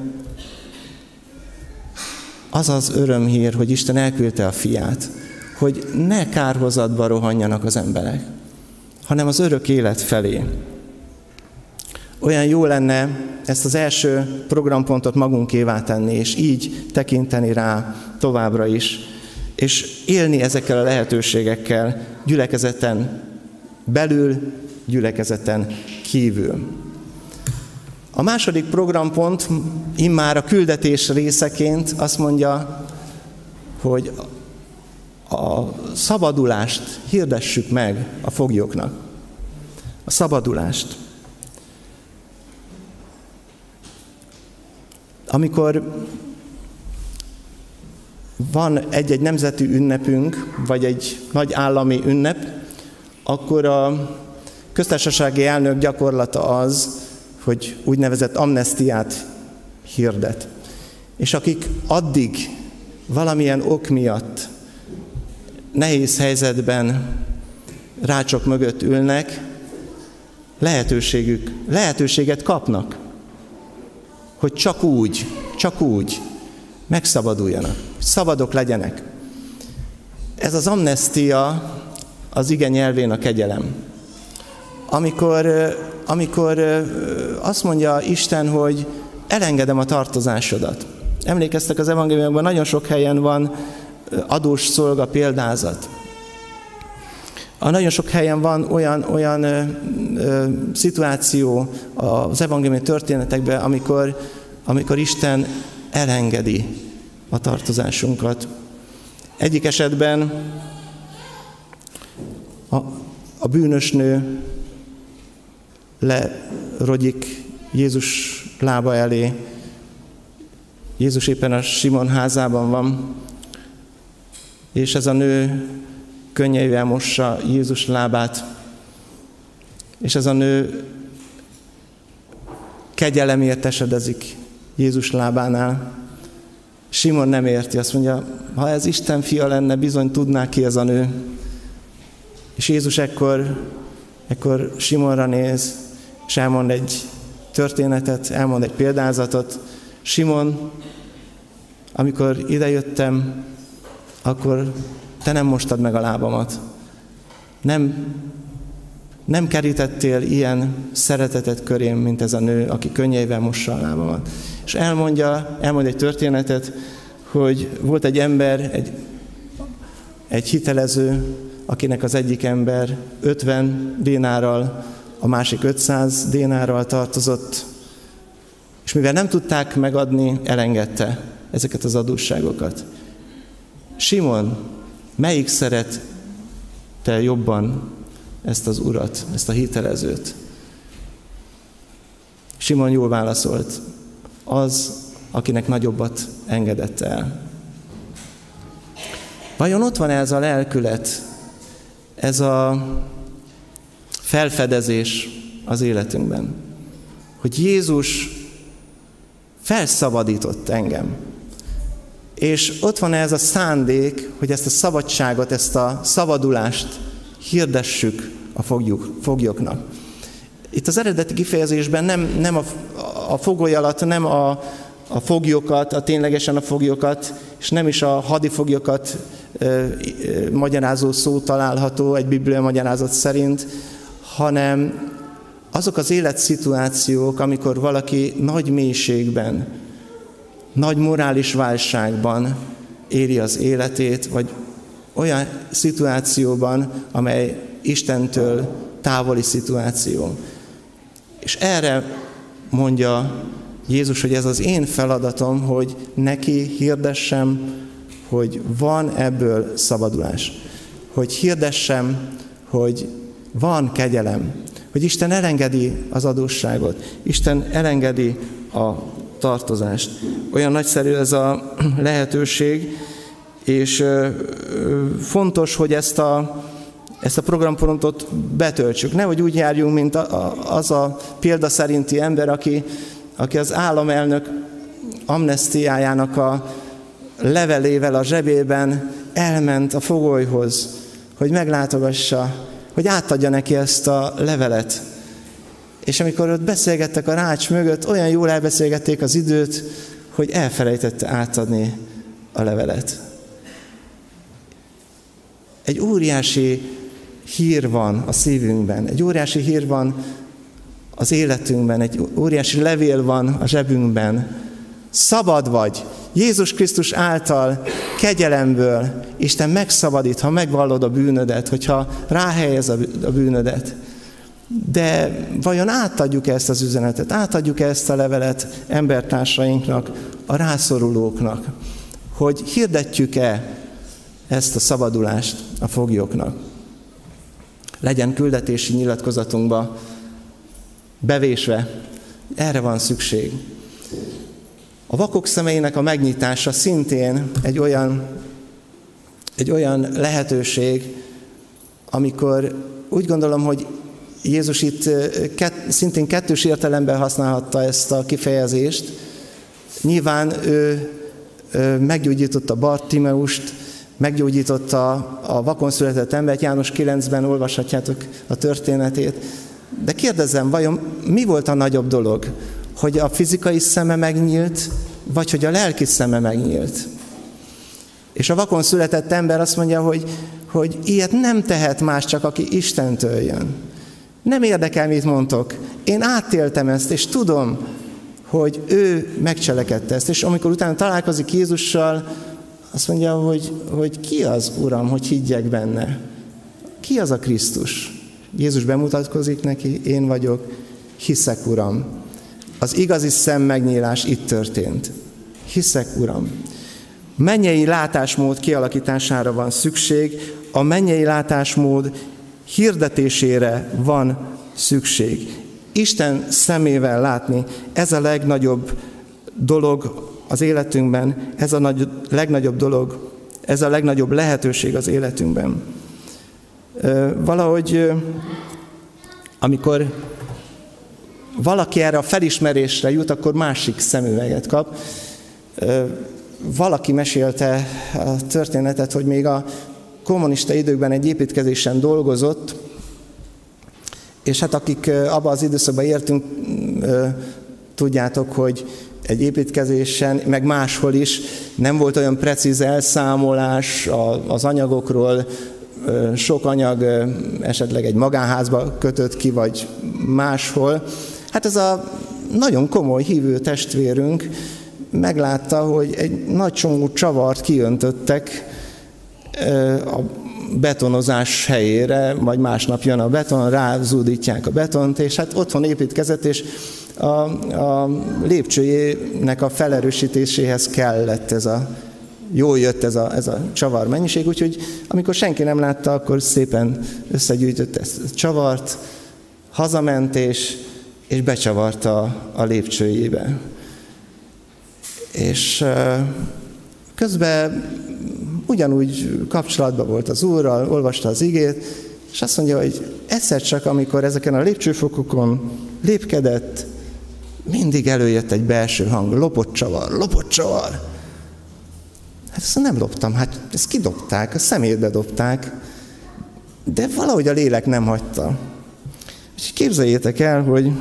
Az az örömhír, hogy Isten elküldte a fiát, hogy ne kárhozatba rohanjanak az emberek, hanem az örök élet felé. Olyan jó lenne ezt az első programpontot magunkévá tenni, és így tekinteni rá továbbra is, és élni ezekkel a lehetőségekkel gyülekezeten belül, gyülekezeten kívül. A második programpont immár a küldetés részeként azt mondja, hogy a szabadulást hirdessük meg a foglyoknak. A szabadulást. Amikor van egy-egy nemzeti ünnepünk, vagy egy nagy állami ünnep, akkor a köztársasági elnök gyakorlata az, hogy úgynevezett amnesztiát hirdet. És akik addig valamilyen ok miatt nehéz helyzetben rácsok mögött ülnek, lehetőségük, lehetőséget kapnak, hogy csak úgy, csak úgy megszabaduljanak, szabadok legyenek. Ez az amnestia az ige nyelvén a kegyelem. Amikor, amikor azt mondja Isten, hogy elengedem a tartozásodat. Emlékeztek, az evangéliumban nagyon sok helyen van adós szolga példázat. A nagyon sok helyen van olyan, olyan ö, ö, szituáció az evangéliumi történetekben, amikor, amikor Isten elengedi a tartozásunkat. Egyik esetben a, a bűnös nő lerogyik Jézus lába elé. Jézus éppen a Simon házában van, és ez a nő könnyeivel mossa Jézus lábát, és ez a nő kegyelemért esedezik Jézus lábánál. Simon nem érti, azt mondja, ha ez Isten fia lenne, bizony tudná ki ez a nő. És Jézus ekkor, ekkor Simonra néz, és elmond egy történetet, elmond egy példázatot. Simon, amikor idejöttem, akkor te nem mostad meg a lábamat. Nem, nem kerítettél ilyen szeretetet körém, mint ez a nő, aki könnyeivel mossa a lábamat. És elmondja, elmond egy történetet, hogy volt egy ember, egy, egy hitelező, akinek az egyik ember ötven dénárral, a másik ötszáz dénárral tartozott, és mivel nem tudták megadni, elengedte ezeket az adósságokat. Simon, melyik szerette jobban ezt az urat, ezt a hitelezőt? Simon jól válaszolt, az, akinek nagyobbat engedett el. Vajon ott van ez a lelkület, ez a felfedezés az életünkben, hogy Jézus felszabadított engem. És ott van ez a szándék, hogy ezt a szabadságot, ezt a szabadulást hirdessük a foglyok, foglyoknak. Itt az eredeti kifejezésben nem, nem a, a fogoly alatt, nem a, a foglyokat, a ténylegesen a foglyokat, és nem is a hadifoglyokat e, e, magyarázó szó található egy biblia magyarázat szerint, hanem azok az életszituációk, amikor valaki nagy mélységben, nagy morális válságban éli az életét, vagy olyan szituációban, amely Istentől távoli szituáció. És erre mondja Jézus, hogy ez az én feladatom, hogy neki hirdessem, hogy van ebből szabadulás. Hogy hirdessem, hogy van kegyelem. Hogy Isten elengedi az adósságot. Isten elengedi a tartozást. Olyan nagyszerű ez a lehetőség, és fontos, hogy ezt a, ezt a programpontot betöltsük. Nehogy úgy járjunk, mint az a példa szerinti ember, aki, aki az államelnök amnesztiájának a levelével a zsebében elment a fogolyhoz, hogy meglátogassa, hogy átadja neki ezt a levelet. És amikor ott beszélgettek a rács mögött, olyan jól elbeszélgették az időt, hogy elfelejtette átadni a levelet. Egy óriási hír van a szívünkben, egy óriási hír van az életünkben, egy óriási levél van a zsebünkben. Szabad vagy. Jézus Krisztus által kegyelemből Isten megszabadít, ha megvallod a bűnödet, hogyha ráhelyez a bűnödet. De vajon átadjuk ezt az üzenetet, átadjuk ezt a levelet embertársainknak, a rászorulóknak, hogy hirdetjük-e ezt a szabadulást a foglyoknak. Legyen küldetési nyilatkozatunkba bevésve, erre van szükség. A vakok szemeinek a megnyitása szintén egy olyan, egy olyan lehetőség, amikor úgy gondolom, hogy Jézus itt kett, szintén kettős értelemben használhatta ezt a kifejezést. Nyilván ő, ő meggyógyította Bartimeust, meggyógyította a vakon született embert, János kilencben olvashatjátok a történetét. De kérdezem, vajon mi volt a nagyobb dolog? Hogy a fizikai szeme megnyílt, vagy hogy a lelki szeme megnyílt? És a vakon született ember azt mondja, hogy, hogy ilyet nem tehet más, csak aki Istentől jön. Nem érdekel, mit mondtok. Én átéltem ezt, és tudom, hogy ő megcselekedte ezt. És amikor utána találkozik Jézussal, azt mondja, hogy, hogy ki az Uram, hogy higgyek benne? Ki az a Krisztus? Jézus bemutatkozik neki, én vagyok, hiszek, Uram. Az igazi szemmegnyílás itt történt. Hiszek, Uram. Mennyei látásmód kialakítására van szükség, a mennyei látásmód hirdetésére van szükség. Isten szemével látni, ez a legnagyobb dolog az életünkben, ez a nagy, legnagyobb dolog, ez a legnagyobb lehetőség az életünkben. Valahogy, amikor valaki erre a felismerésre jut, akkor másik szemüveget kap. Valaki mesélte a történetet, hogy még a kommunista időkben egy építkezésen dolgozott, és hát akik abba az időszakban értünk, tudjátok, hogy egy építkezésen, meg máshol is nem volt olyan precíz elszámolás az anyagokról, sok anyag esetleg egy magánházba kötött ki, vagy máshol. Hát ez a nagyon komoly hívő testvérünk meglátta, hogy egy nagy csomó csavart kiöntöttek a betonozás helyére, vagy másnap jön a beton, rázúdítják a betont, és hát otthon építkezett, és a, a lépcsőjének a felerősítéséhez kellett ez a, jól jött ez a, ez a csavar mennyiség, úgyhogy amikor senki nem látta, akkor szépen összegyűjtött ezt a csavart, hazament, és, és becsavarta a, a lépcsőjébe. És közben ugyanúgy kapcsolatban volt az Úrral, olvasta az igét, és azt mondja, hogy egyszer csak, amikor ezeken a lépcsőfokokon lépkedett, mindig előjött egy belső hang, lopott csavar, lopott csavar. Hát ezt nem loptam, hát ezt kidobták, a szemétbe dobták, de valahogy a lélek nem hagyta. És képzeljétek el, hogy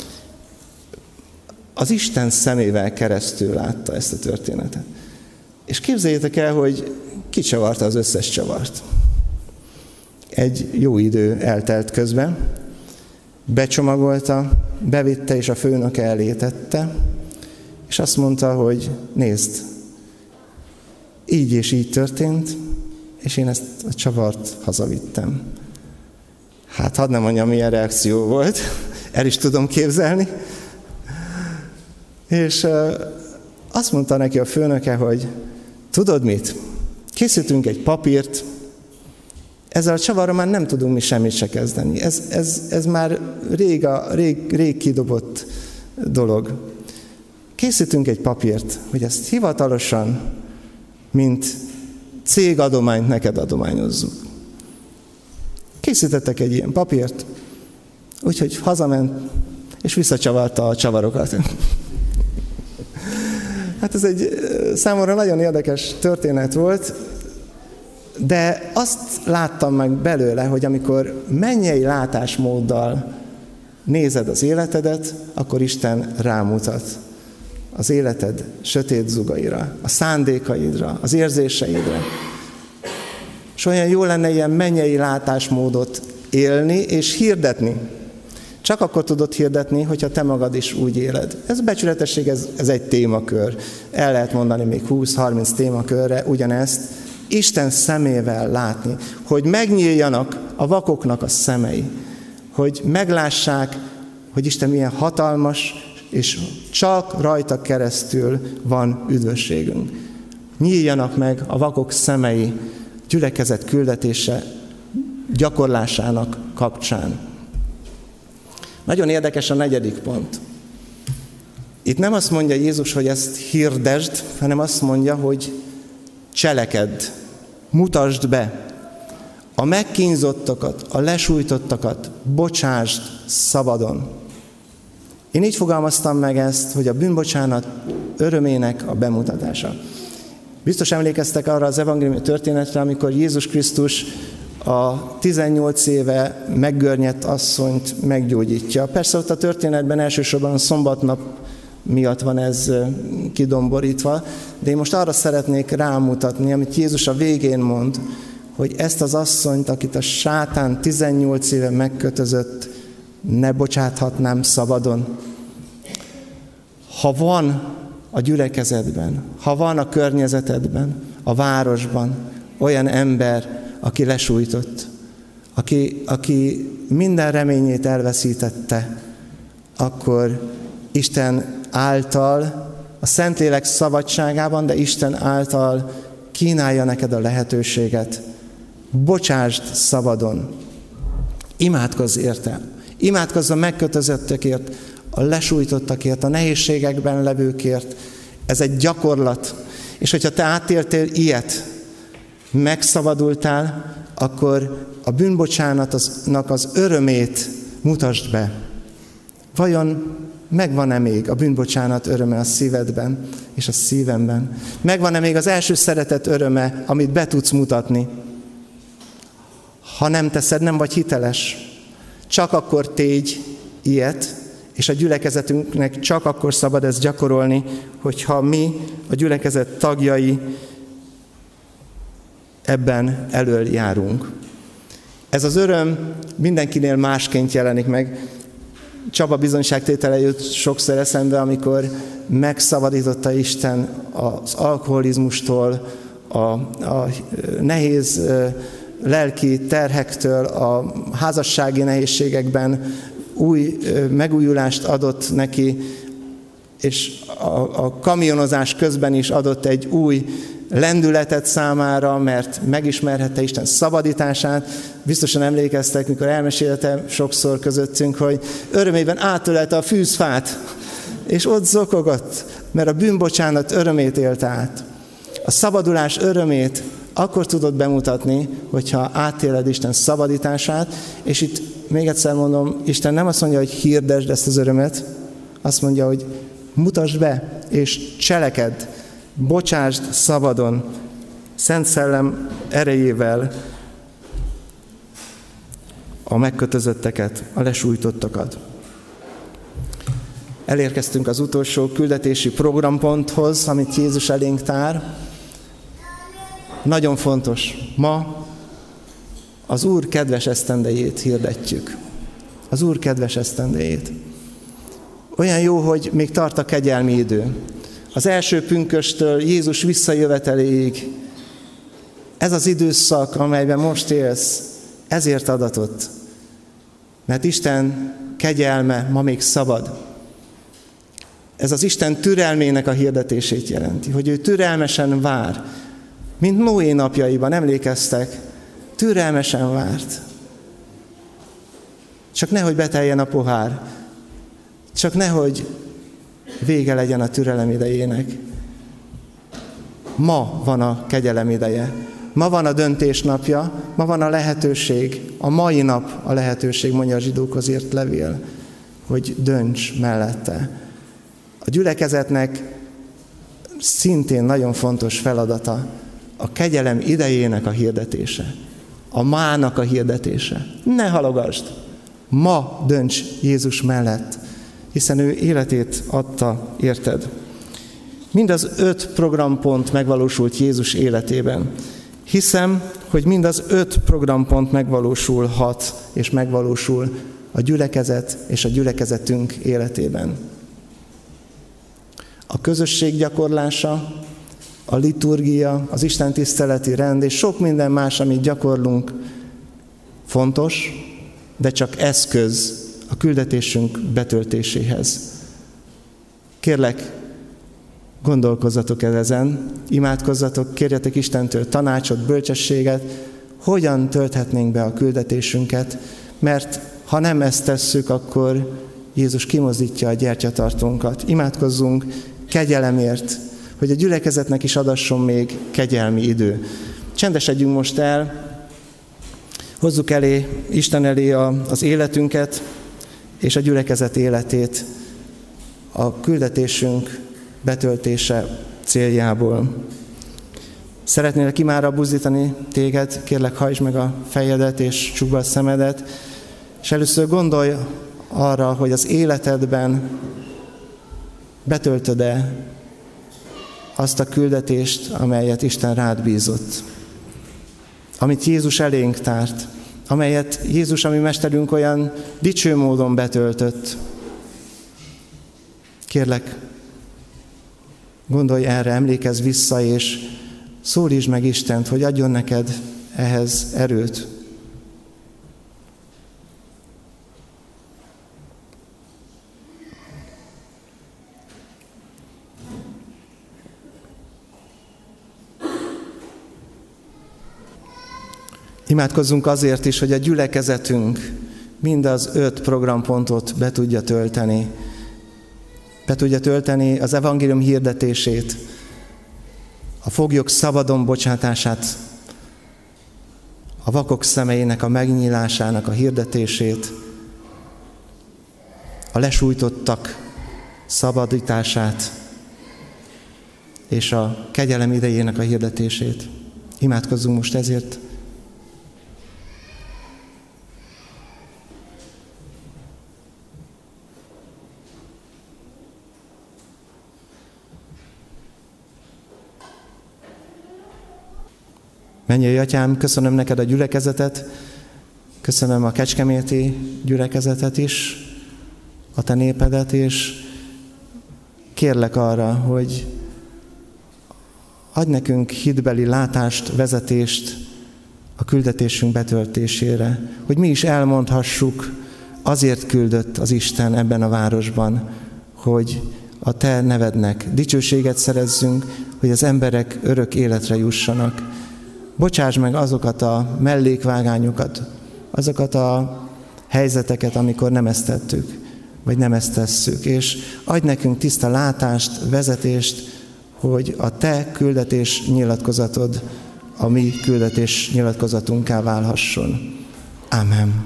az Isten szemével keresztül látta ezt a történetet. És képzeljétek el, hogy kicsavarta az összes csavart. Egy jó idő eltelt közben, becsomagolta, bevitte és a főnök elé tette, és azt mondta, hogy nézd, így és így történt, és én ezt a csavart hazavittem. Hát hadd nem mondjam, milyen reakció volt, el is tudom képzelni. És azt mondta neki a főnöke, hogy tudod mit? Készítünk egy papírt, ezzel a csavarral már nem tudunk mi semmit se kezdeni. Ez, ez, ez már rég, a, rég, rég kidobott dolog. Készítünk egy papírt, hogy ezt hivatalosan, mint cégadományt neked adományozzuk. Készítettek egy ilyen papírt, úgyhogy hazament, és visszacsavarta a csavarokat. Hát ez egy számomra nagyon érdekes történet volt, de azt láttam meg belőle, hogy amikor mennyei látásmóddal nézed az életedet, akkor Isten rámutat az életed sötét zugaira, a szándékaidra, az érzéseidre. És olyan jó lenne ilyen mennyei látásmódot élni és hirdetni. Csak akkor tudod hirdetni, hogyha te magad is úgy éled. Ez a becsületesség, ez, ez egy témakör. El lehet mondani még húsz-harminc témakörre ugyanezt. Isten szemével látni, hogy megnyíljanak a vakoknak a szemei, hogy meglássák, hogy Isten milyen hatalmas, és csak rajta keresztül van üdvösségünk. Nyíljanak meg a vakok szemei gyülekezet küldetése gyakorlásának kapcsán. Nagyon érdekes a negyedik pont. Itt nem azt mondja Jézus, hogy ezt hirdesd, hanem azt mondja, hogy cselekedd, mutasd be. A megkínzottakat, a lesújtottakat bocsásd szabadon. Én így fogalmaztam meg ezt, hogy a bűnbocsánat örömének a bemutatása. Biztos emlékeztek arra az evangéliumi történetre, amikor Jézus Krisztus a tizennyolc éve meggörnyedt asszonyt meggyógyítja. Persze ott a történetben elsősorban a szombatnap miatt van ez kidomborítva, de én most arra szeretnék rámutatni, amit Jézus a végén mond, hogy ezt az asszonyt, akit a sátán tizennyolc éve megkötözött, ne bocsáthatnám szabadon. Ha van a gyülekezetben, ha van a környezetedben, a városban olyan ember, aki lesújtott, aki, aki minden reményét elveszítette, akkor Isten által, a Szentlélek szabadságában, de Isten által kínálja neked a lehetőséget. Bocsásd szabadon. Imádkozz érte. Imádkozz a megkötözöttökért, a lesújtottakért, a nehézségekben levőkért. Ez egy gyakorlat. És hogyha te átéltél ilyet, megszabadultál, akkor a bűnbocsánatnak az örömét mutasd be. Vajon megvan-e még a bűnbocsánat öröme a szívedben és a szívemben? Megvan-e még az első szeretet öröme, amit be tudsz mutatni? Ha nem teszed, nem vagy hiteles. Csak akkor tégy ilyet, és a gyülekezetünknek csak akkor szabad ezt gyakorolni, hogyha mi, a gyülekezet tagjai, ebben elől járunk. Ez az öröm mindenkinél másként jelenik meg. Csaba bizonyságtétele jut sokszor eszembe, amikor megszabadította Isten az alkoholizmustól, a, a nehéz lelki terhektől, a házassági nehézségekben új megújulást adott neki, és a, a kamionozás közben is adott egy új lendületet számára, mert megismerhette Isten szabadítását. Biztosan emlékeztek, mikor elmesélte sokszor közöttünk, hogy örömében átölelte a fűzfát, és ott zokogott, mert a bűnbocsánat örömét élt át. A szabadulás örömét akkor tudod bemutatni, hogyha átéled Isten szabadítását, és itt még egyszer mondom, Isten nem azt mondja, hogy hirdesd ezt az örömet, azt mondja, hogy mutasd be, és cselekedd, bocsásd szabadon, Szent Szellem erejével a megkötözötteket, a lesújtottakat. Elérkeztünk az utolsó küldetési programponthoz, amit Jézus elénk tár. Nagyon fontos, ma az Úr kedves esztendejét hirdetjük. Az Úr kedves esztendejét. Olyan jó, hogy még tart a kegyelmi idő. Az első pünkösttől Jézus visszajöveteléig ez az időszak, amelyben most élsz, ezért adatott. Mert Isten kegyelme ma még szabad. Ez az Isten türelmének a hirdetését jelenti, hogy ő türelmesen vár. Mint Noé napjaiban, emlékeztek, türelmesen várt. Csak nehogy beteljen a pohár, csak nehogy vége legyen a türelem idejének. Ma van a kegyelem ideje, ma van a döntés napja, ma van a lehetőség, a mai nap a lehetőség, mondja a zsidókhoz írt levél, hogy dönts mellette. A gyülekezetnek szintén nagyon fontos feladata a kegyelem idejének a hirdetése, a mának a hirdetése. Ne halogasd! Ma dönts Jézus mellett, hiszen ő életét adta, érted? Mind az öt programpont megvalósult Jézus életében. Hiszem, hogy mind az öt programpont megvalósulhat és megvalósul a gyülekezet és a gyülekezetünk életében. A közösség gyakorlása, a liturgia, az istentiszteleti rend és sok minden más, amit gyakorlunk, fontos, de csak eszköz a küldetésünk betöltéséhez. Kérlek, gondolkozzatok el ezen, imádkozzatok, kérjetek Istentől tanácsot, bölcsességet, hogyan tölthetnénk be a küldetésünket, mert ha nem ezt tesszük, akkor Jézus kimozdítja a gyertyatartónkat. Imádkozzunk kegyelemért, hogy a gyülekezetnek is adasson még kegyelmi idő. Csendesedjünk most el, hozzuk elé, Isten elé az életünket és a gyülekezet életét a küldetésünk betöltése céljából. Szeretnélek imára buzdítani téged, kérlek hajtsd meg a fejedet és csukd be a szemedet, és először gondolj arra, hogy az életedben betöltöd-e azt a küldetést, amelyet Isten rád bízott. Amit Jézus elénk tárt, amelyet Jézus, ami mesterünk olyan dicső módon betöltött. Kérlek, gondolj erre, emlékezz vissza, és szólítsd meg Istent, hogy adjon neked ehhez erőt. Imádkozzunk azért is, hogy a gyülekezetünk mind az öt programpontot be tudja tölteni. Be tudja tölteni az evangélium hirdetését, a foglyok szabadon bocsátását, a vakok szemeinek a megnyílásának a hirdetését, a lesújtottak szabadítását és a kegyelem idejének a hirdetését. Imádkozzunk most ezért. Mennyei Atyám, köszönöm neked a gyülekezetet, köszönöm a kecskeméti gyülekezetet is, a te népedet, és kérlek arra, hogy adj nekünk hitbeli látást, vezetést a küldetésünk betöltésére, hogy mi is elmondhassuk, azért küldött az Isten ebben a városban, hogy a te nevednek dicsőséget szerezzünk, hogy az emberek örök életre jussanak. Bocsáss meg azokat a mellékvágányokat, azokat a helyzeteket, amikor nem ezt tettük, vagy nem ezt tesszük. És adj nekünk tiszta látást, vezetést, hogy a te küldetés nyilatkozatod a mi küldetés nyilatkozatunká válhasson. Amen.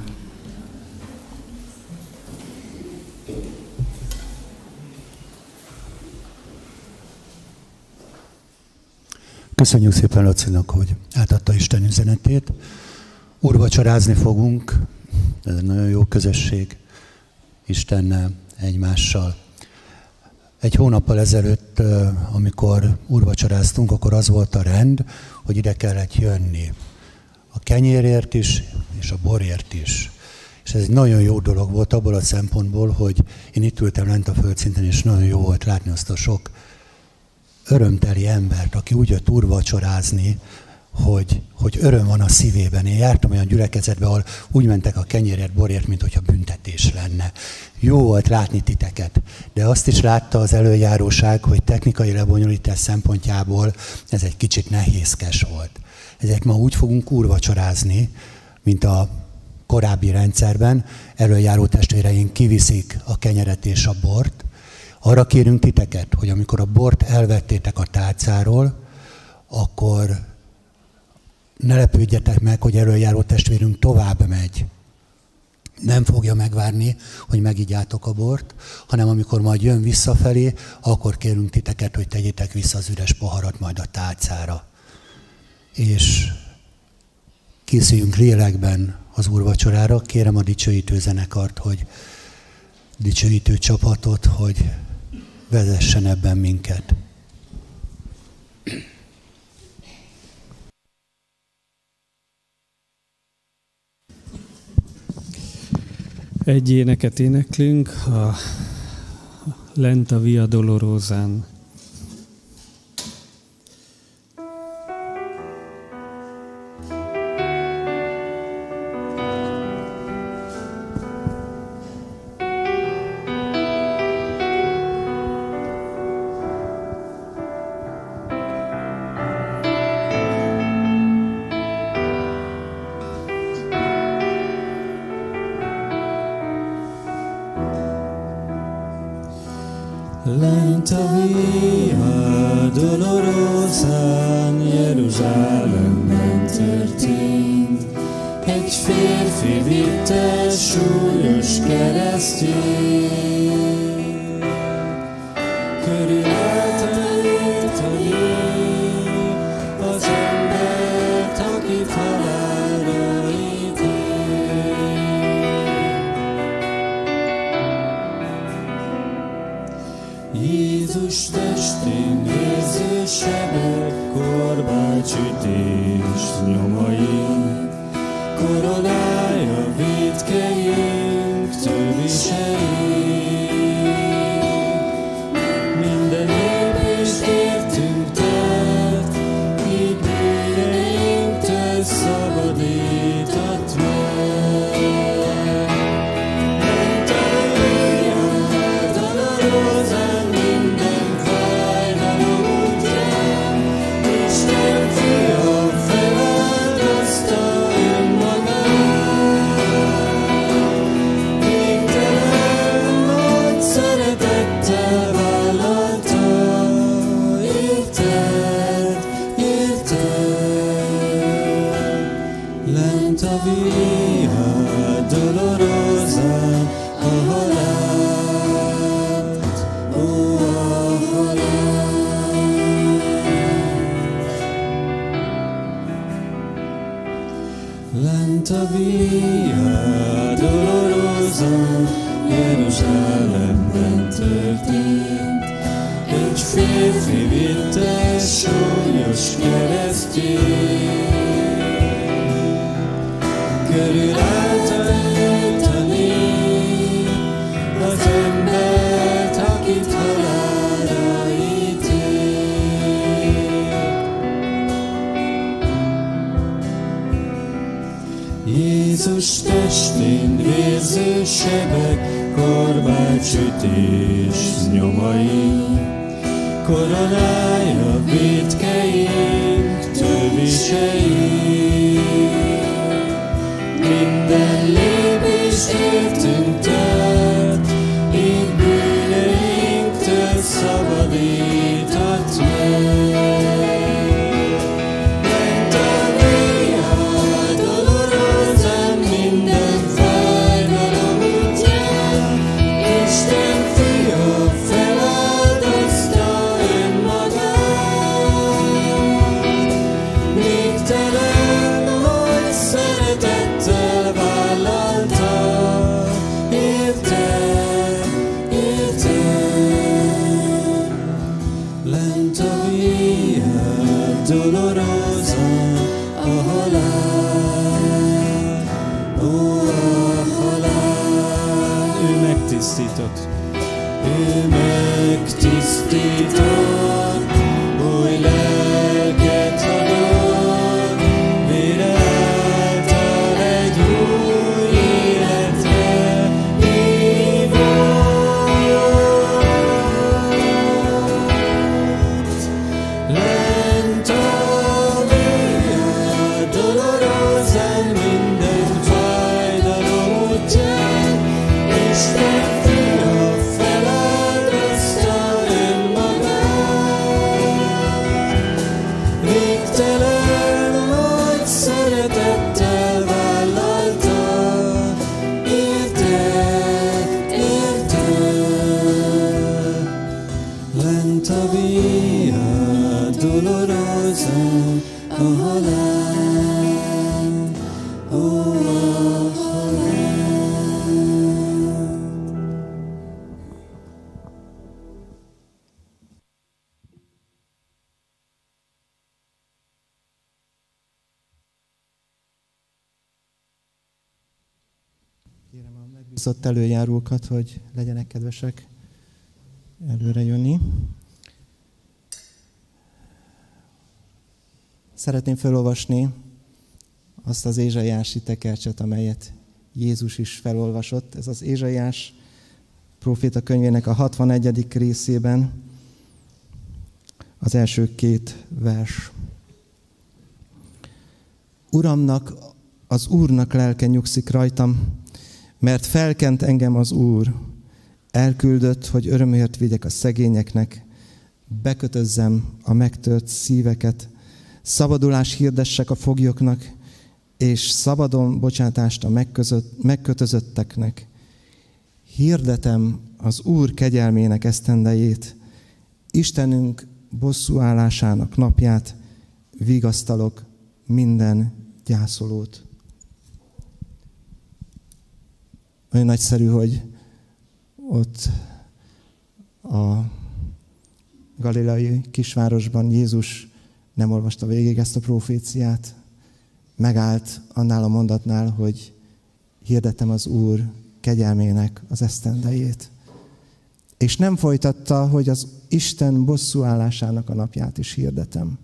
Köszönjük szépen Lacinak, hogy átadta Isten üzenetét. Úrvacsorázni fogunk, ez egy nagyon jó közösség Istennel, egymással. Egy hónappal ezelőtt, amikor úrvacsoráztunk, akkor az volt a rend, hogy ide kellett jönni. A kenyérért is, és a borért is. És ez egy nagyon jó dolog volt abból a szempontból, hogy én itt ültem lent a földszinten, és nagyon jó volt látni azt a sok örömteli embert, aki úgy jött úrvacsorázni, hogy, hogy öröm van a szívében. Én jártam olyan gyülekezetbe, ahol úgy mentek a kenyérért, borért, mint hogyha büntetés lenne. lenne. Jó volt látni titeket, de azt is látta az előjáróság, hogy technikai lebonyolítás szempontjából ez egy kicsit nehézkes volt. Ezért ma úgy fogunk úrvacsorázni, mint a korábbi rendszerben. Előjáró testvéreink kiviszik a kenyeret és a bort. Arra kérünk titeket, hogy amikor a bort elvettétek a tálcáról, akkor ne lepődjetek meg, hogy előjáró testvérünk tovább megy. Nem fogja megvárni, hogy megigjátok a bort, hanem amikor majd jön visszafelé, akkor kérünk titeket, hogy tegyétek vissza az üres poharat majd a tálcára. És készüljünk lélekben az úrvacsorára. Kérem a dicsőítő zenekart, hogy dicsőítő csapatot, hogy vezessen ebben minket. Egy éneket éneklünk, a Lent a Via Dolorosán. Lent a Via Dolorosán, Jeruzsálemben történt. Egy férfi vitte súlyos keresztjét, körülállta őt a nép, az embert, akit halálra ítélt. Jézus testén vérző sebek, korbácsütés nyomai, koronája vétkeink tövisei. Minden lépést értünk tett, így bűneinktől szabadított meg. Lent a Via Dolorosán, minden fájdalom után, Isten fia feláldozta önmagát. Végtelen nagy szeretettel vállalta, érted, érted. Lent a Via Dolorosán, a halált, ó, a halált. Lent a Via Dolorosán, Jeruzsálemben történt. Egy férfi vitte súlyos keresztjét, körülállta őt a nép, az embert, akit halálra ítélt. Jézus testén vérző sebek, korbácsütés nyomai, koronája vétkeink tövisei. Minden lépést értünk tett, így bűneinktől szabadított meg. Lent a Via Dolorosán, minden fájdalom után, Isten fia feláldozta önmagát. Végtelen nagy szeretettel vállalta, érted, érted. Lent a Via Dolorosán, a halál, ó, a halál. Ő megtisztított. Ő megtisztított, új lelket adott, vére által egy új életre Viszont előjárókat, hogy legyenek kedvesek előre jönni. Szeretném felolvasni azt az ézsaiási tekercset, amelyet Jézus is felolvasott. Ez az Ézsaiás próféta könyvének a hatvanegyedik részében az első két vers. Uramnak, az Úrnak lelke nyugszik rajtam, mert felkent engem az Úr, elküldött, hogy örömért vigyek a szegényeknek, bekötözzem a megtört szíveket, szabadulás hirdessek a foglyoknak, és szabadon bocsátást a megkötözötteknek. Hirdetem az Úr kegyelmének esztendejét, Istenünk bosszúállásának napját, vigasztalok minden gyászolót. Olyan nagyszerű, hogy ott a galileai kisvárosban Jézus nem olvasta végig ezt a proféciát, megállt annál a mondatnál, hogy hirdetem az Úr kegyelmének az esztendejét. És nem folytatta, hogy az Isten bosszúállásának a napját is hirdetem.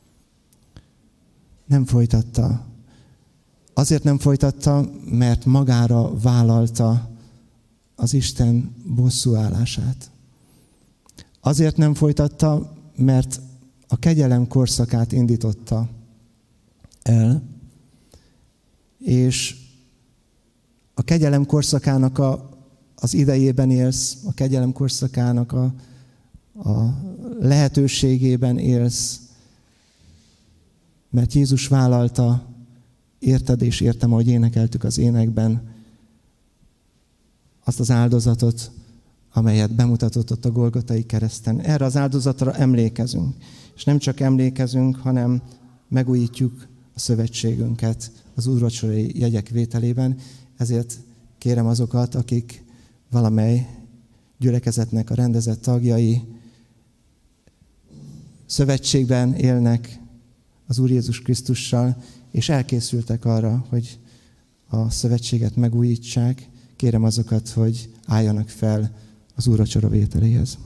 Nem folytatta. Azért nem folytatta, mert magára vállalta az Isten bosszúállását. Azért nem folytatta, mert a kegyelem korszakát indította el, és a kegyelem korszakának a, az idejében élsz, a kegyelem korszakának a, a lehetőségében élsz, mert Jézus vállalta, érted és értem, ahogy énekeltük az énekben, azt az áldozatot, amelyet bemutatott ott a Golgotai kereszten. Erre az áldozatra emlékezünk. És nem csak emlékezünk, hanem megújítjuk a szövetségünket az úrvacsorai jegyek vételében. Ezért kérem azokat, akik valamely gyülekezetnek a rendezett tagjai, szövetségben élnek az Úr Jézus Krisztussal, és elkészültek arra, hogy a szövetséget megújítsák. Kérem azokat, hogy álljanak fel az úrvacsora vételéhez.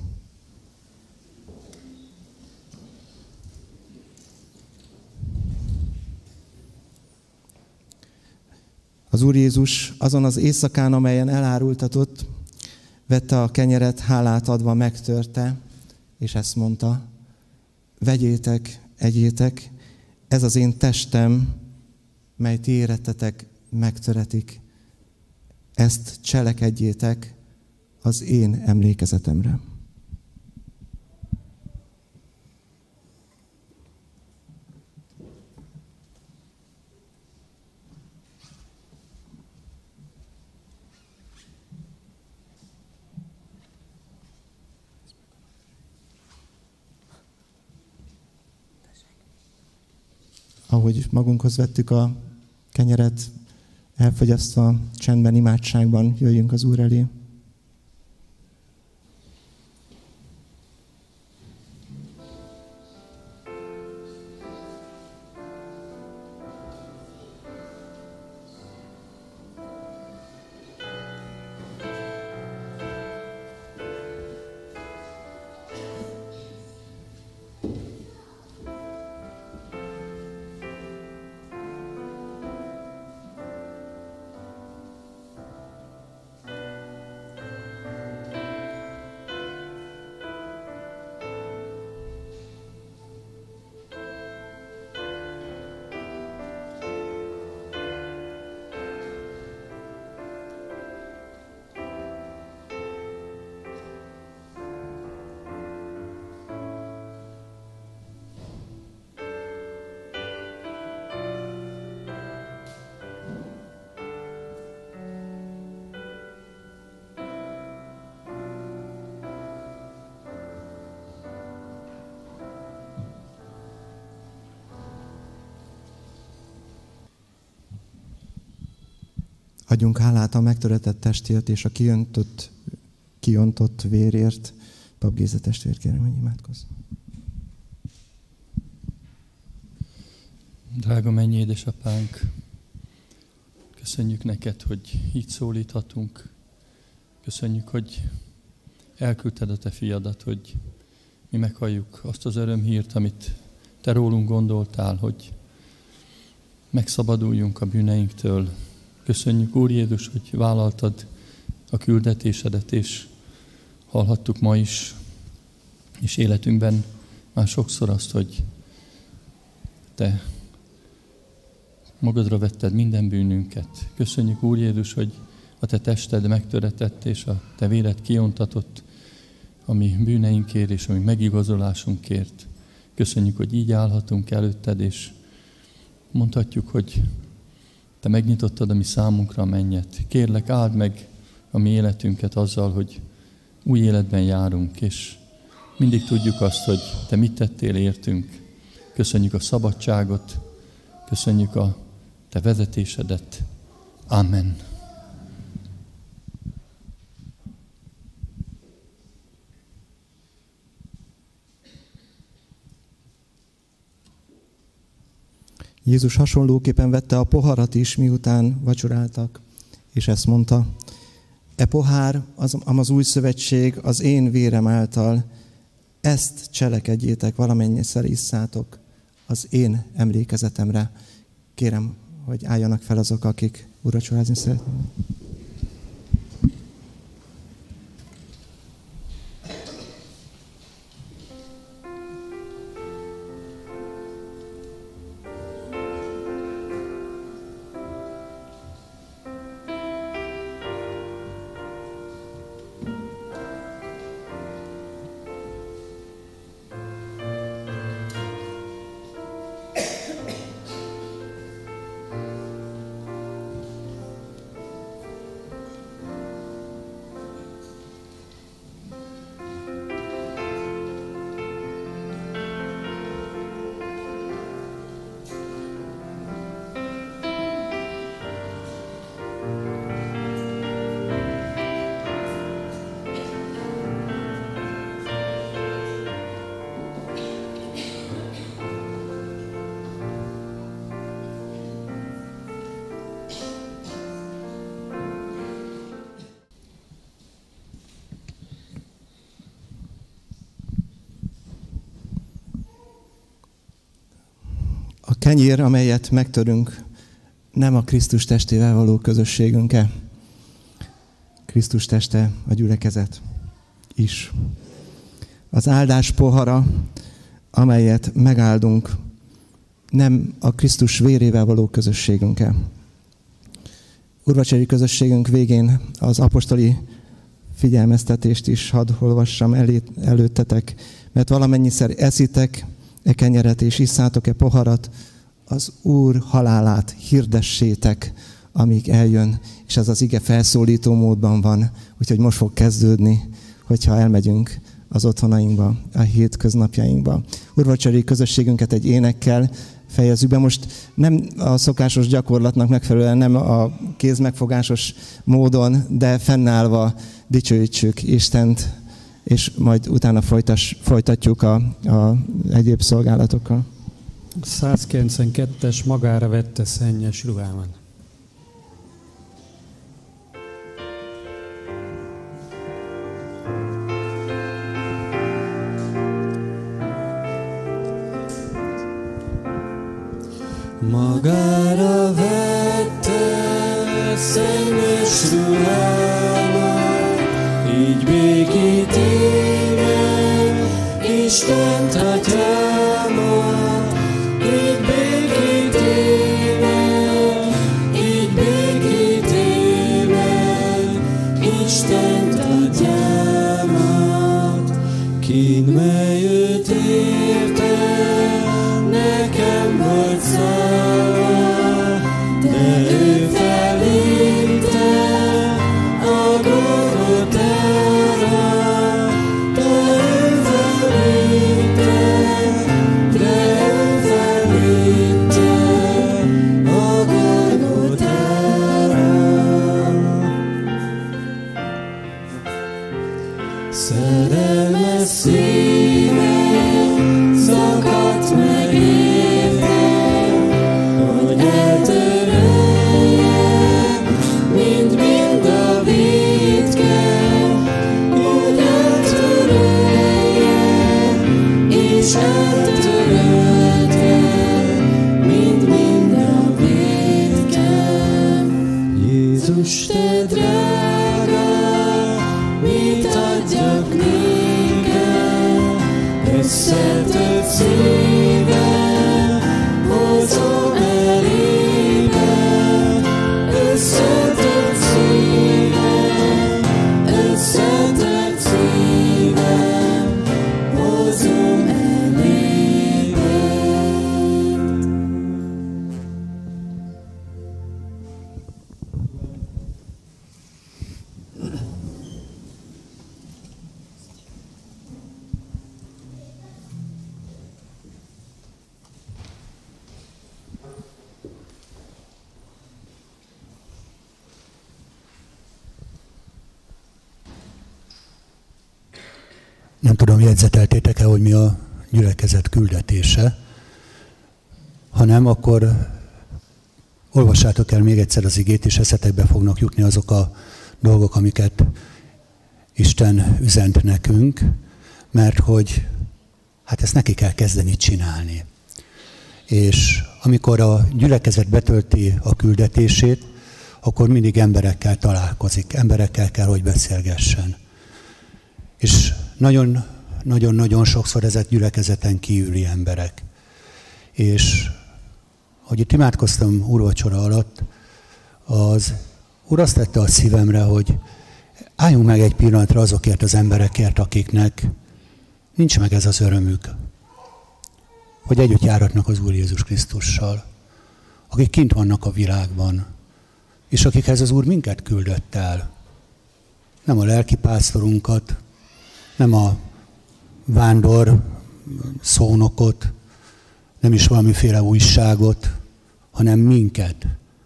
Az Úr Jézus azon az éjszakán, amelyen elárultatott, vette a kenyeret, hálát adva megtörte, és ezt mondta: vegyétek, egyétek, ez az én testem, mely ti érettetek megtöretik. Ezt cselekedjétek az én emlékezetemre. Ahogy magunkhoz vettük a kenyeret, elfogyasztva, csendben, imádságban jöjjünk az Úr elé. Adjunk hálát a megtöretett testért és a kiöntott, kiontott vérért. Pap Géza testvér, kérem, hogy imádkozz. Drága mennyi édesapánk, Köszönjük neked, hogy így szólíthatunk. Köszönjük, hogy elküldted a te fiadat, hogy mi meghalljuk azt az örömhírt, amit te rólunk gondoltál, hogy megszabaduljunk a bűneinktől. Köszönjük, Úr Jézus, hogy vállaltad a küldetésedet, és hallhattuk ma is, és életünkben már sokszor azt, hogy te magadra vetted minden bűnünket. Köszönjük, Úr Jézus, hogy a te tested megtöretett, és a te véred kiontatott a mi bűneinkért, és a mi megigazolásunkért. Köszönjük, hogy így állhatunk előtted, és mondhatjuk, hogy te megnyitottad a mi számunkra a mennyet. Kérlek, áld meg a mi életünket azzal, hogy új életben járunk, és mindig tudjuk azt, hogy te mit tettél értünk. Köszönjük a szabadságot, köszönjük a te vezetésedet. Amen. Jézus hasonlóképpen vette a poharat is, miután vacsoráltak, és ezt mondta: e pohár az, az új szövetség az én vérem által, ezt cselekedjétek, valamennyiszer isszátok az én emlékezetemre. Kérem, hogy álljanak fel azok, akik úrvacsorázni szeretnének. A kenyér, amelyet megtörünk, nem a Krisztus testével való közösségünk-e? Krisztus teste a gyülekezet is. Az áldás pohara, amelyet megáldunk, nem a Krisztus vérével való közösségünk-e? Úrvacsori közösségünk végén az apostoli figyelmeztetést is hadd olvassam elé, előttetek, mert valamennyiszer eszitek e kenyeret és isszátok-e poharat, az Úr halálát hirdessétek, amíg eljön, és ez az ige felszólító módban van, úgyhogy most fog kezdődni, hogyha elmegyünk az otthonainkba, a hétköznapjainkba. Úrvacsori közösségünket egy énekkel fejezzük be. Most nem a szokásos gyakorlatnak megfelelően, nem a kézmegfogásos módon, de fennállva dicsőítsük Istent, és majd utána folytas, folytatjuk a, a egyéb szolgálatokkal. százkilencvenkettes magára vette szennyes ruhámat. Magára vette szennyes ruhámat, így békítére Istent atyámat, így békítére, így békítére Istent atyámat, kínve jött érte, nekem volt száma, de ő felvitte a Golgotára, de ő felvitte, de ő felvitte a Golgotára. Szerelmes szívem szakadt meg érte, hogy eltörölje mit adjak néked, összetört szívem, hozom elébe, összetört szívem, összetört szívem, hozom elébe. Nem tudom, jegyzeteltétek-e, hogy mi a gyülekezet küldetése. Ha nem, akkor olvassátok el még egyszer az igét, és eszetekbe fognak jutni azok a dolgok, amiket Isten üzent nekünk, mert hogy hát ezt neki kell kezdeni csinálni. És amikor a gyülekezet betölti a küldetését, akkor mindig emberekkel találkozik, emberekkel kell, hogy beszélgessen. És nagyon-nagyon sokszor ezek gyülekezeten kívüli emberek. És hogy itt imádkoztam úrvacsora alatt, az Úr azt tette a szívemre, hogy álljunk meg egy pillanatra azokért az emberekért, akiknek nincs meg ez az örömük, hogy együtt járatnak az Úr Jézus Krisztussal, akik kint vannak a világban, és akikhez az Úr minket küldött el. Nem a lelkipásztorunkat, nem a vándor szónokot, nem is valamiféle újságot, hanem minket,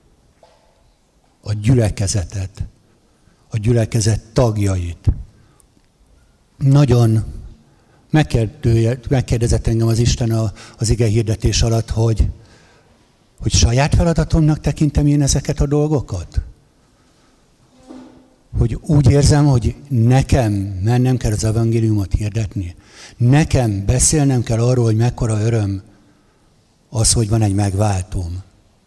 a gyülekezetet, a gyülekezet tagjait. Nagyon megkérdezett engem az Isten az ige hirdetés alatt, hogy, hogy saját feladatomnak tekintem én ezeket a dolgokat? Hogy úgy érzem, hogy nekem mennem kell az evangéliumot hirdetni. Nekem beszélnem kell arról, hogy mekkora öröm az, hogy van egy megváltóm.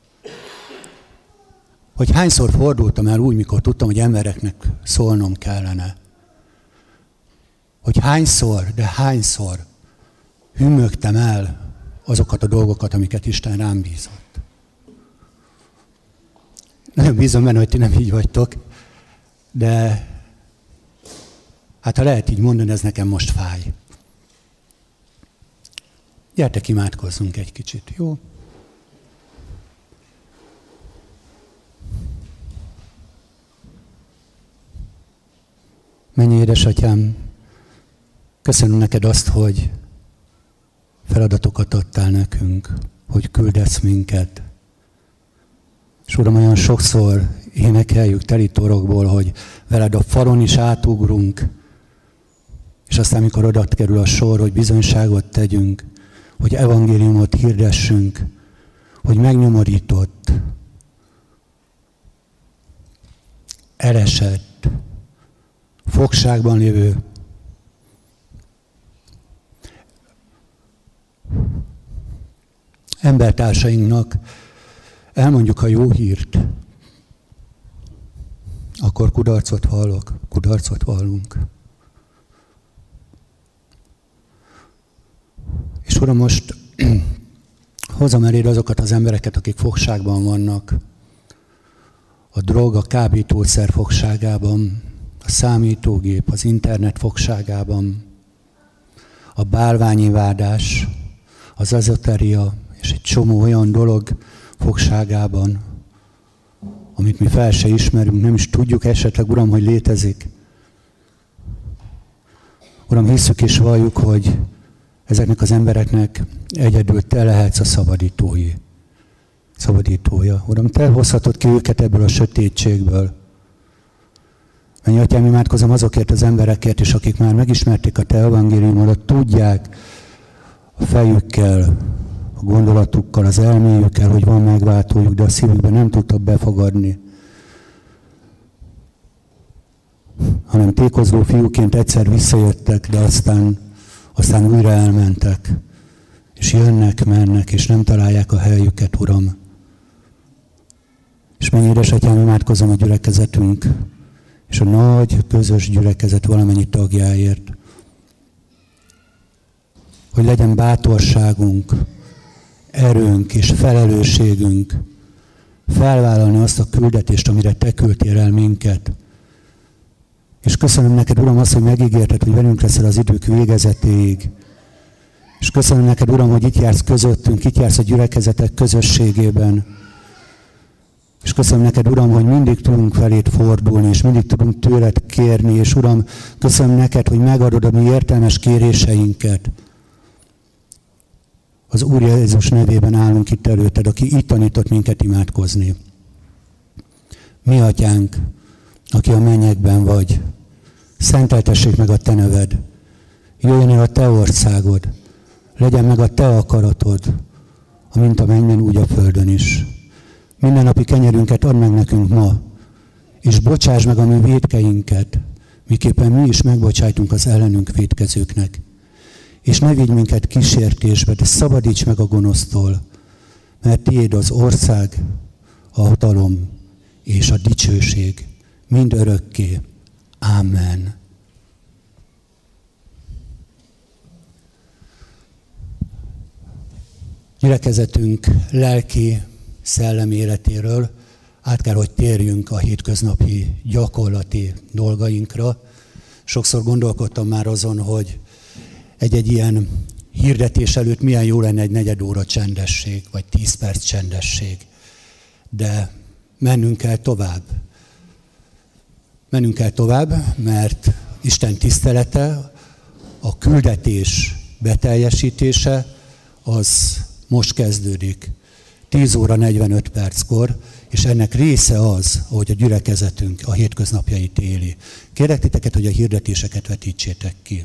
Hogy hányszor fordultam el úgy, mikor tudtam, hogy embereknek szólnom kellene. Hogy hányszor, de hányszor hűmögtem el azokat a dolgokat, amiket Isten rám bízott. Nagyon bízom benne, hogy ti nem így vagytok, de hát ha lehet így mondani, ez nekem most fáj. Gyertek, imádkozzunk egy kicsit, jó? Mennyi édesatyám, köszönöm neked azt, hogy feladatokat adtál nekünk, hogy küldesz minket. És Uram, olyan sokszor énekeljük teli torokból, hogy veled a falon is átugrunk, és aztán, mikor oda kerül a sor, hogy bizonyságot tegyünk, hogy evangéliumot hirdessünk, hogy megnyomorított, elesett, fogságban lévő, embertársainknak elmondjuk a jó hírt, akkor kudarcot vallok, kudarcot vallunk. És Uram, most hozom eléd azokat az embereket, akik fogságban vannak, a drog, a kábítószer fogságában, a számítógép, az internet fogságában, a bálványimádás, az ezoteria, és egy csomó olyan dolog fogságában, amit mi fel se ismerünk, nem is tudjuk esetleg, Uram, hogy létezik. Uram, hisszük és valljuk, hogy ezeknek az embereknek egyedül Te lehetsz a szabadítói. Szabadítója. Uram, Te hozhatod ki őket ebből a sötétségből. Mennyi Atyám, imádkozom azokért az emberekért is, akik már megismerték a Te evangéliumodat, tudják a fejükkel, a gondolatukkal, az elméjükkel, hogy van megváltójuk, de a szívükben nem tudtak befogadni. Hanem tékozló fiúként egyszer visszajöttek, de aztán, aztán újra elmentek. És jönnek, mennek, és nem találják a helyüket, Uram. És mennyi édesatyám, imádkozom a gyülekezetünk és a nagy közös gyülekezet valamennyi tagjáért. Hogy legyen bátorságunk, erőnk és felelősségünk felvállalni azt a küldetést, amire Te küldtél el minket. És köszönöm neked, Uram, azt, hogy megígérted, hogy velünk leszel az idők végezetéig. És köszönöm neked, Uram, hogy itt jársz közöttünk, itt jársz a gyülekezetek közösségében. És köszönöm neked, Uram, hogy mindig tudunk feléd fordulni, és mindig tudunk tőled kérni. És Uram, köszönöm neked, hogy megadod a mi értelmes kéréseinket. Az Úr Jézus nevében állunk itt előtted, aki itt tanított minket imádkozni. Mi atyánk, aki a mennyekben vagy, szenteltessék meg a te neved, jöjjön el a te országod, legyen meg a te akaratod, amint a mennyben, úgy a földön is. Mindennapi kenyerünket add meg nekünk ma, és bocsáss meg a mi vétkeinket, miképpen mi is megbocsájtunk az ellenünk vétkezőknek. És ne vigy minket kísértésbe, de szabadíts meg a gonosztól, mert tiéd az ország, a hatalom és a dicsőség mind örökké. Amen. Gyülekezetünk lelki, szellemi életéről át kell, hogy térjünk a hétköznapi gyakorlati dolgainkra. Sokszor gondolkodtam már azon, hogy egy-egy ilyen hirdetés előtt milyen jó lenne egy negyed óra csendesség, vagy tíz perc csendesség. De mennünk kell tovább. Mennünk kell tovább, mert Isten tisztelete, a küldetés beteljesítése, az most kezdődik. tíz óra negyvenöt perckor, és ennek része az, hogy a gyülekezetünk a hétköznapjait éli. Kérlek titeket, hogy a hirdetéseket vetítsétek ki.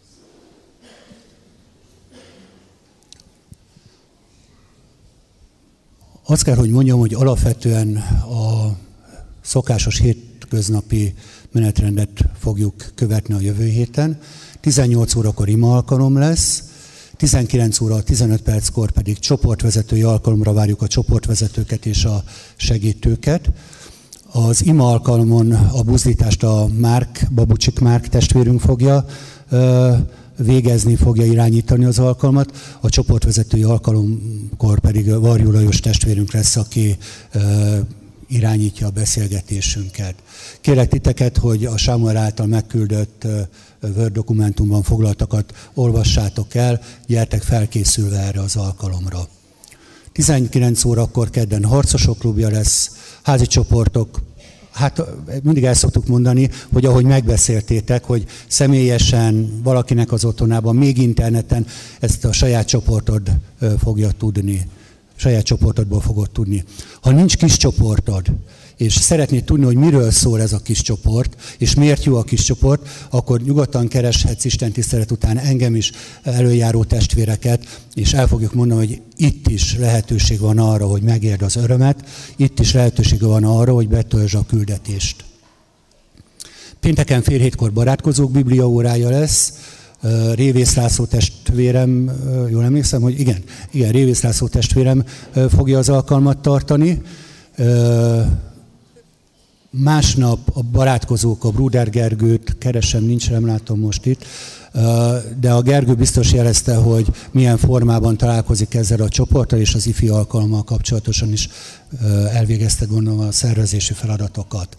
Azt kell, hogy mondjam, hogy alapvetően a szokásos hétköznapi menetrendet fogjuk követni a jövő héten. tizennyolc órakor ima alkalom lesz, tizenkilenc óra tizenöt perckor pedig csoportvezetői alkalomra várjuk a csoportvezetőket és a segítőket. Az ima alkalmon a buzdítást a Márk, Babucsik Márk testvérünk fogja végezni, fogja irányítani az alkalmat. A csoportvezetői alkalomkor pedig Varjú Lajos testvérünk lesz, aki irányítja a beszélgetésünket. Kérlek titeket, hogy a Sámuel által megküldött Word dokumentumban foglaltakat olvassátok el, gyertek felkészülve erre az alkalomra. tizenkilenc órakor kedden harcosok klubja lesz, házi csoportok. Hát mindig el szoktuk mondani, hogy ahogy megbeszéltétek, hogy személyesen valakinek az otthonában, még interneten ezt a saját csoportod fogja tudni. Saját csoportodból fogod tudni. Ha nincs kis csoportod, és szeretnéd tudni, hogy miről szól ez a kis csoport, és miért jó a kis csoport, akkor nyugodtan kereshetsz Isten tisztelet után engem is, előjáró testvéreket, és el fogjuk mondani, hogy itt is lehetőség van arra, hogy megérd az örömet, itt is lehetőség van arra, hogy betöltsd a küldetést. Pénteken fél hétkor barátkozók biblia órája lesz, Révész László testvérem, jól emlékszem, hogy igen, igen, Révész László testvérem fogja az alkalmat tartani. Másnap a barátkozók, a Bruder Gergőt keresem, nincs, nem látom most itt, de a Gergő biztos jelezte, hogy milyen formában találkozik ezzel a csoporttal, és az ifi alkalommal kapcsolatosan is elvégezte, gondolom, a szervezési feladatokat.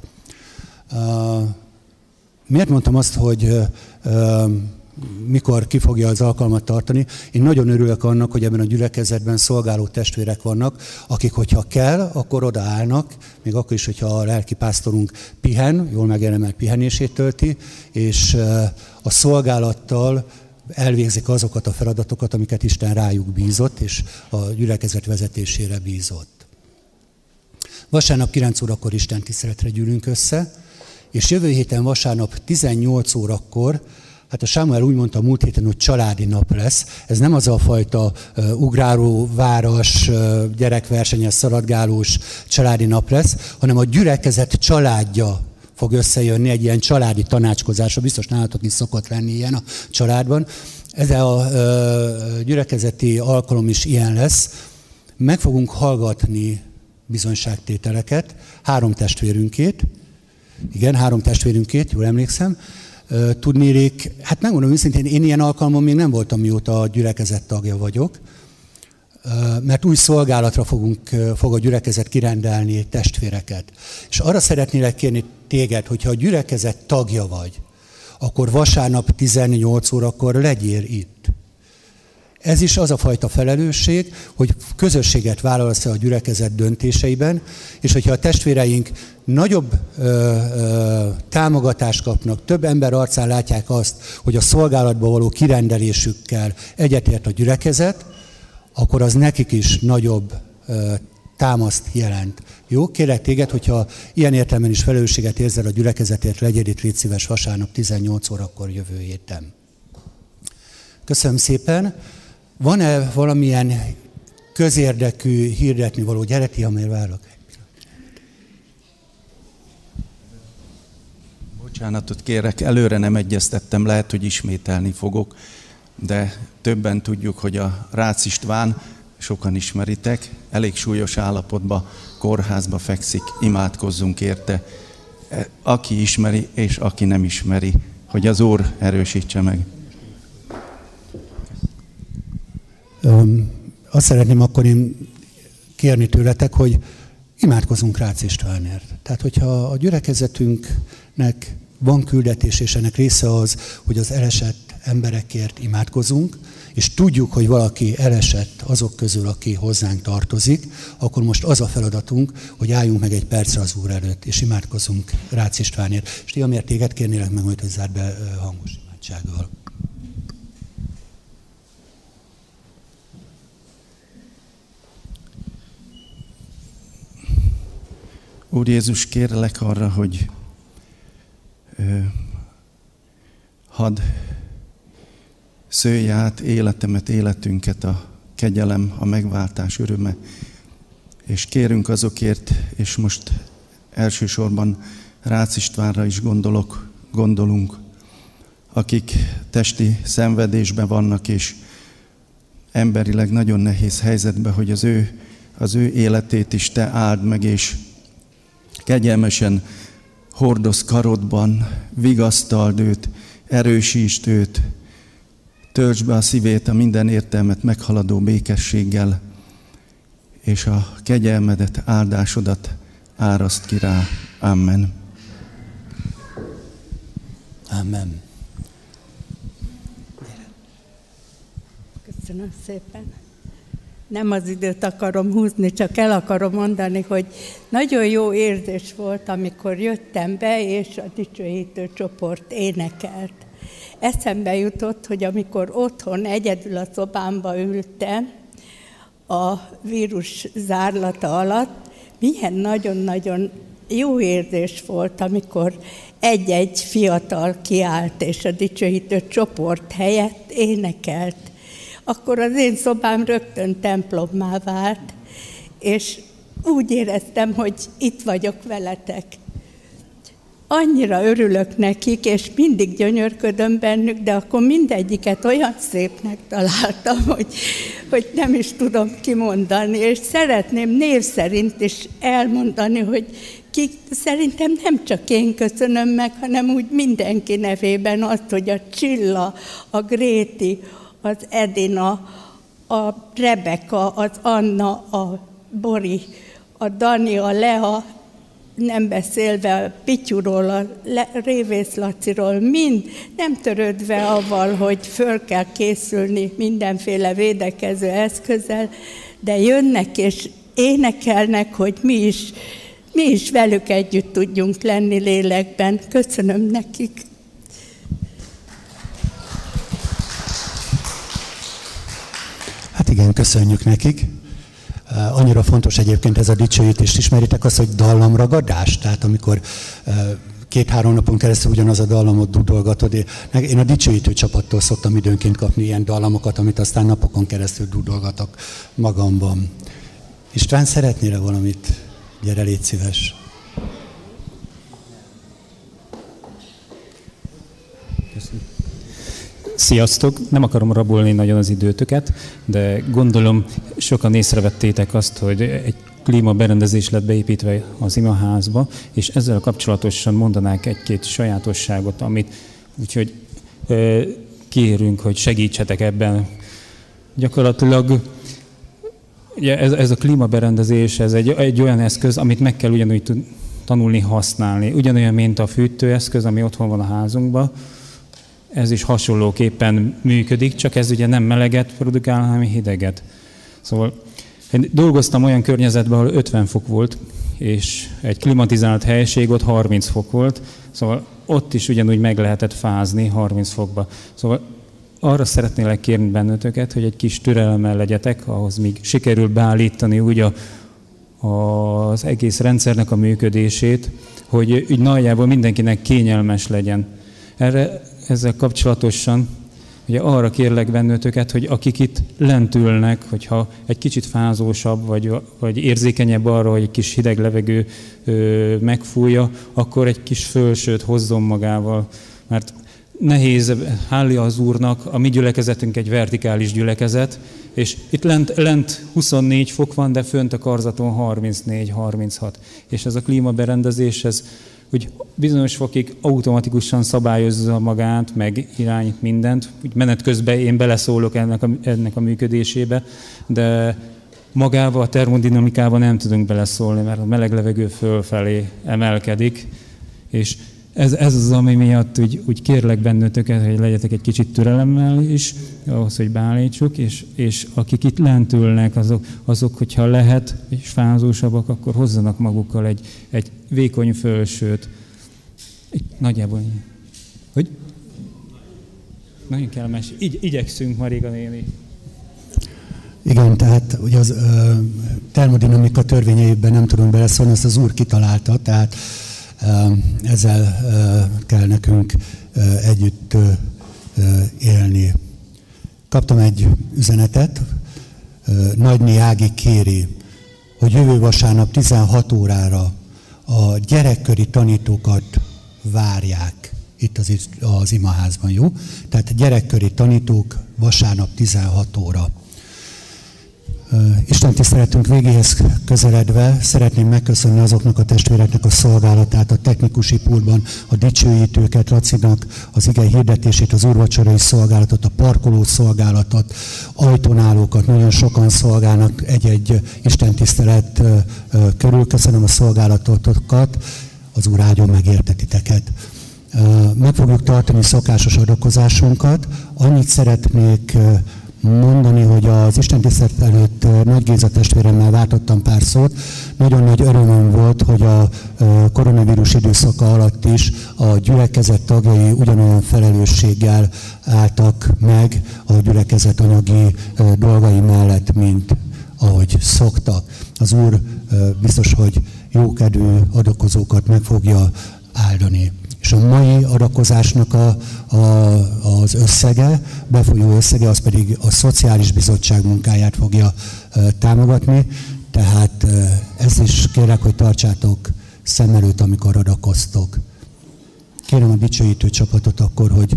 Miért mondtam azt, hogy mikor ki fogja az alkalmat tartani? Én nagyon örülök annak, hogy ebben a gyülekezetben szolgáló testvérek vannak, akik, hogyha kell, akkor odaállnak, még akkor is, hogyha a lelkipásztorunk pihen, jól megérdemelt pihenését tölti, és a szolgálattal elvégzik azokat a feladatokat, amiket Isten rájuk bízott, és a gyülekezet vezetésére bízott. Vasárnap kilenc órakor Isten tiszteletre gyűlünk össze, és jövő héten vasárnap tizennyolc órakor, hát a Sámuel úgy mondta múlt héten, hogy családi nap lesz. Ez nem az a fajta uh, ugráló, váras, uh, gyerekversenyes, szaladgálós családi nap lesz, hanem a gyülekezet családja fog összejönni egy ilyen családi tanácskozásra. Biztos nálatok is szokott lenni ilyen a családban. Ez a uh, gyülekezeti alkalom is ilyen lesz. Meg fogunk hallgatni bizonyságtételeket, három testvérünkét, Igen, három testvérünkét, jól emlékszem. Tudnélik, hát megmondom őszintén, én ilyen alkalmon még nem voltam, mióta a gyülekezet tagja vagyok, mert új szolgálatra fogunk, fog a gyülekezet kirendelni testvéreket. És arra szeretnélek kérni téged, hogyha a gyülekezet tagja vagy, akkor vasárnap tizennyolc órakor legyél itt. Ez is az a fajta felelősség, hogy közösséget vállalsz a gyülekezet döntéseiben, és hogyha a testvéreink nagyobb ö, ö, támogatást kapnak, több ember arcán látják azt, hogy a szolgálatba való kirendelésükkel egyetért a gyülekezet, akkor az nekik is nagyobb ö, támaszt jelent. Jó? Kérlek téged, hogyha ilyen értelemben is felelősséget érzel a gyülekezetért, legyél itt, légy szíves, vasárnap tizennyolc órakor jövő héten. Köszönöm szépen. Van-e valamilyen közérdekű hirdetni való? Gyere, ti, amelyre várlak. Bocsánatot kérek, előre nem egyeztettem, lehet, hogy ismételni fogok, de többen tudjuk, hogy a Rácz István, sokan ismeritek, elég súlyos állapotban, kórházba fekszik, imádkozzunk érte. Aki ismeri, és aki nem ismeri, hogy az Úr erősítse meg. Öm, azt szeretném akkor én kérni tőletek, hogy imádkozunk Rácz Istvánért. Tehát, hogyha a gyülekezetünknek van küldetés, és ennek része az, hogy az elesett emberekért imádkozunk, és tudjuk, hogy valaki elesett azok közül, aki hozzánk tartozik, akkor most az a feladatunk, hogy álljunk meg egy percre az Úr előtt, és imádkozunk Rácz Istvánért. És ti, amiért téged kérnélek meg, hogy zárd be hangos imádsággal. Úr Jézus, kérlek arra, hogy ö, hadd szőj át életemet, életünket a kegyelem, a megváltás öröme, és kérünk azokért, és most elsősorban Rácz Istvánra is gondolok, gondolunk, akik testi szenvedésben vannak, és emberileg nagyon nehéz helyzetben, hogy az ő, az ő életét is te áld meg, és kegyelmesen hordoz karodban, vigasztald őt, erősítsd őt, töltsd be a szívét a minden értelmet meghaladó békességgel, és a kegyelmedet, áldásodat áraszt ki rá. Amen. Amen. Köszönöm szépen. Nem az időt akarom húzni, csak el akarom mondani, hogy nagyon jó érzés volt, amikor jöttem be, és a dicsőítő csoport énekelt. Eszembe jutott, hogy amikor otthon egyedül a szobámba ültem, a vírus zárlata alatt, milyen nagyon-nagyon jó érzés volt, amikor egy-egy fiatal kiállt, és a dicsőítő csoport helyett énekelt. Akkor az én szobám rögtön templommá vált, és úgy éreztem, hogy itt vagyok veletek. Annyira örülök nekik, és mindig gyönyörködöm bennük, de akkor mindegyiket olyan szépnek találtam, hogy, hogy nem is tudom kimondani, és szeretném név szerint is elmondani, hogy ki, szerintem nem csak én köszönöm meg, hanem úgy mindenki nevében azt, hogy a Csilla, a Gréti, az Edina, a Rebeka, az Anna, a Bori, a Dani, a Lea, nem beszélve a Pityuról, a Révész Laciról, mind nem törődve avval, hogy föl kell készülni mindenféle védekező eszközzel, de jönnek és énekelnek, hogy mi is, mi is velük együtt tudjunk lenni lélekben. Köszönöm nekik. Hát igen, köszönjük nekik. Annyira fontos egyébként ez a dicsőítés. Ismeritek azt, hogy dallamragadás? Tehát amikor két-három napon keresztül ugyanaz a dallamot dudolgatod. Én a dicsőítő csapattól szoktam időnként kapni ilyen dallamokat, amit aztán napokon keresztül dudolgatok magamban. István, szeretnél valamit? Gyere, légy szíves. Köszönöm. Sziasztok! Nem akarom rabolni nagyon az időtöket, de gondolom sokan észrevettétek azt, hogy egy klímaberendezés lett beépítve az imaházba, és ezzel kapcsolatosan mondanák egy-két sajátosságot, amit úgyhogy kérünk, hogy segítsetek ebben. Gyakorlatilag ugye ez, ez a klímaberendezés, ez egy, egy olyan eszköz, amit meg kell ugyanúgy tanulni használni. Ugyanolyan, mint a fűtőeszköz, ami otthon van a házunkban, ez is hasonlóképpen működik, csak ez ugye nem meleget produkál, hanem hideget. Szóval én dolgoztam olyan környezetben, ahol ötven fok volt, és egy klimatizált helység ott harminc fok volt, szóval ott is ugyanúgy meg lehetett fázni harminc fokba. Szóval arra szeretnélek kérni benneteket, hogy egy kis türelemmel legyetek, ahhoz még sikerül beállítani úgy a, az egész rendszernek a működését, hogy úgy nagyjából mindenkinek kényelmes legyen. Erre ezzel kapcsolatosan ugye arra kérlek benneteket, hogy akik itt lent ülnek, hogyha egy kicsit fázósabb, vagy, vagy érzékenyebb arra, hogy egy kis hideg levegő ö, megfújja, akkor egy kis fölsőt hozzon magával, mert nehéz, hála az Úrnak, a mi gyülekezetünk egy vertikális gyülekezet, és itt lent, lent huszonnégy fok van, de fönt a karzaton harmincnégy harminchat. És ez a klímaberendezés, ez úgy bizonyos fokig automatikusan szabályozza magát, meg irányít mindent. Úgy menet közben én beleszólok ennek a, ennek a működésébe, de magába a termodinamikában nem tudunk beleszólni, mert a meleg levegő fölfelé emelkedik, és Ez, ez az, ami miatt úgy, úgy kérlek benneteket, hogy legyetek egy kicsit türelemmel is, ahhoz, hogy beállítsuk, és, és akik itt lent ülnek, azok, azok, hogyha lehet, és fázósabbak, akkor hozzanak magukkal egy, egy vékony fölsőt. Nagyjából. Hogy? Nagyon kellemes. Igy, igyekszünk, Mariga néni. Igen, tehát ugye az ö, termodinamika törvényeiben nem tudunk beleszólni, ezt az Úr kitalálta, tehát ezzel kell nekünk együtt élni. Kaptam egy üzenetet, Nagyné Ági kéri, hogy jövő vasárnap tizenhat órára a gyerekköri tanítókat várják itt az, az imaházban, jó? Tehát gyerekköri tanítók vasárnap tizenhat óra. Isten tiszteletünk végéhez közeledve szeretném megköszönni azoknak a testvéreknek a szolgálatát, a technikusi pultban, a dicsőítőket, Lacinak az ige hirdetését, az úrvacsorai szolgálatot, a parkoló szolgálatot, ajtónálókat, nagyon sokan szolgálnak egy-egy Isten tisztelet körül. Köszönöm a szolgálatotokat, az Úr áldjon meg értetiteket. Meg fogjuk tartani szokásos adakozásunkat. Annyit szeretnék mondani, hogy az Isten tisztelet előtt Nagy Géza testvéremmel váltottam pár szót. Nagyon nagy örömöm volt, hogy a koronavírus időszaka alatt is a gyülekezet tagjai ugyanolyan felelősséggel álltak meg a gyülekezet anyagi dolgai mellett, mint ahogy szoktak. Az Úr biztos, hogy jókedvű adakozókat meg fogja áldani. És a mai adakozásnak a, a, az összege, befolyó összege, az pedig a Szociális Bizottság munkáját fogja e, támogatni. Tehát e, ezt is kérlek, hogy tartsátok szem előtt, amikor adakoztok. Kérem a dicsőítő csapatot akkor, hogy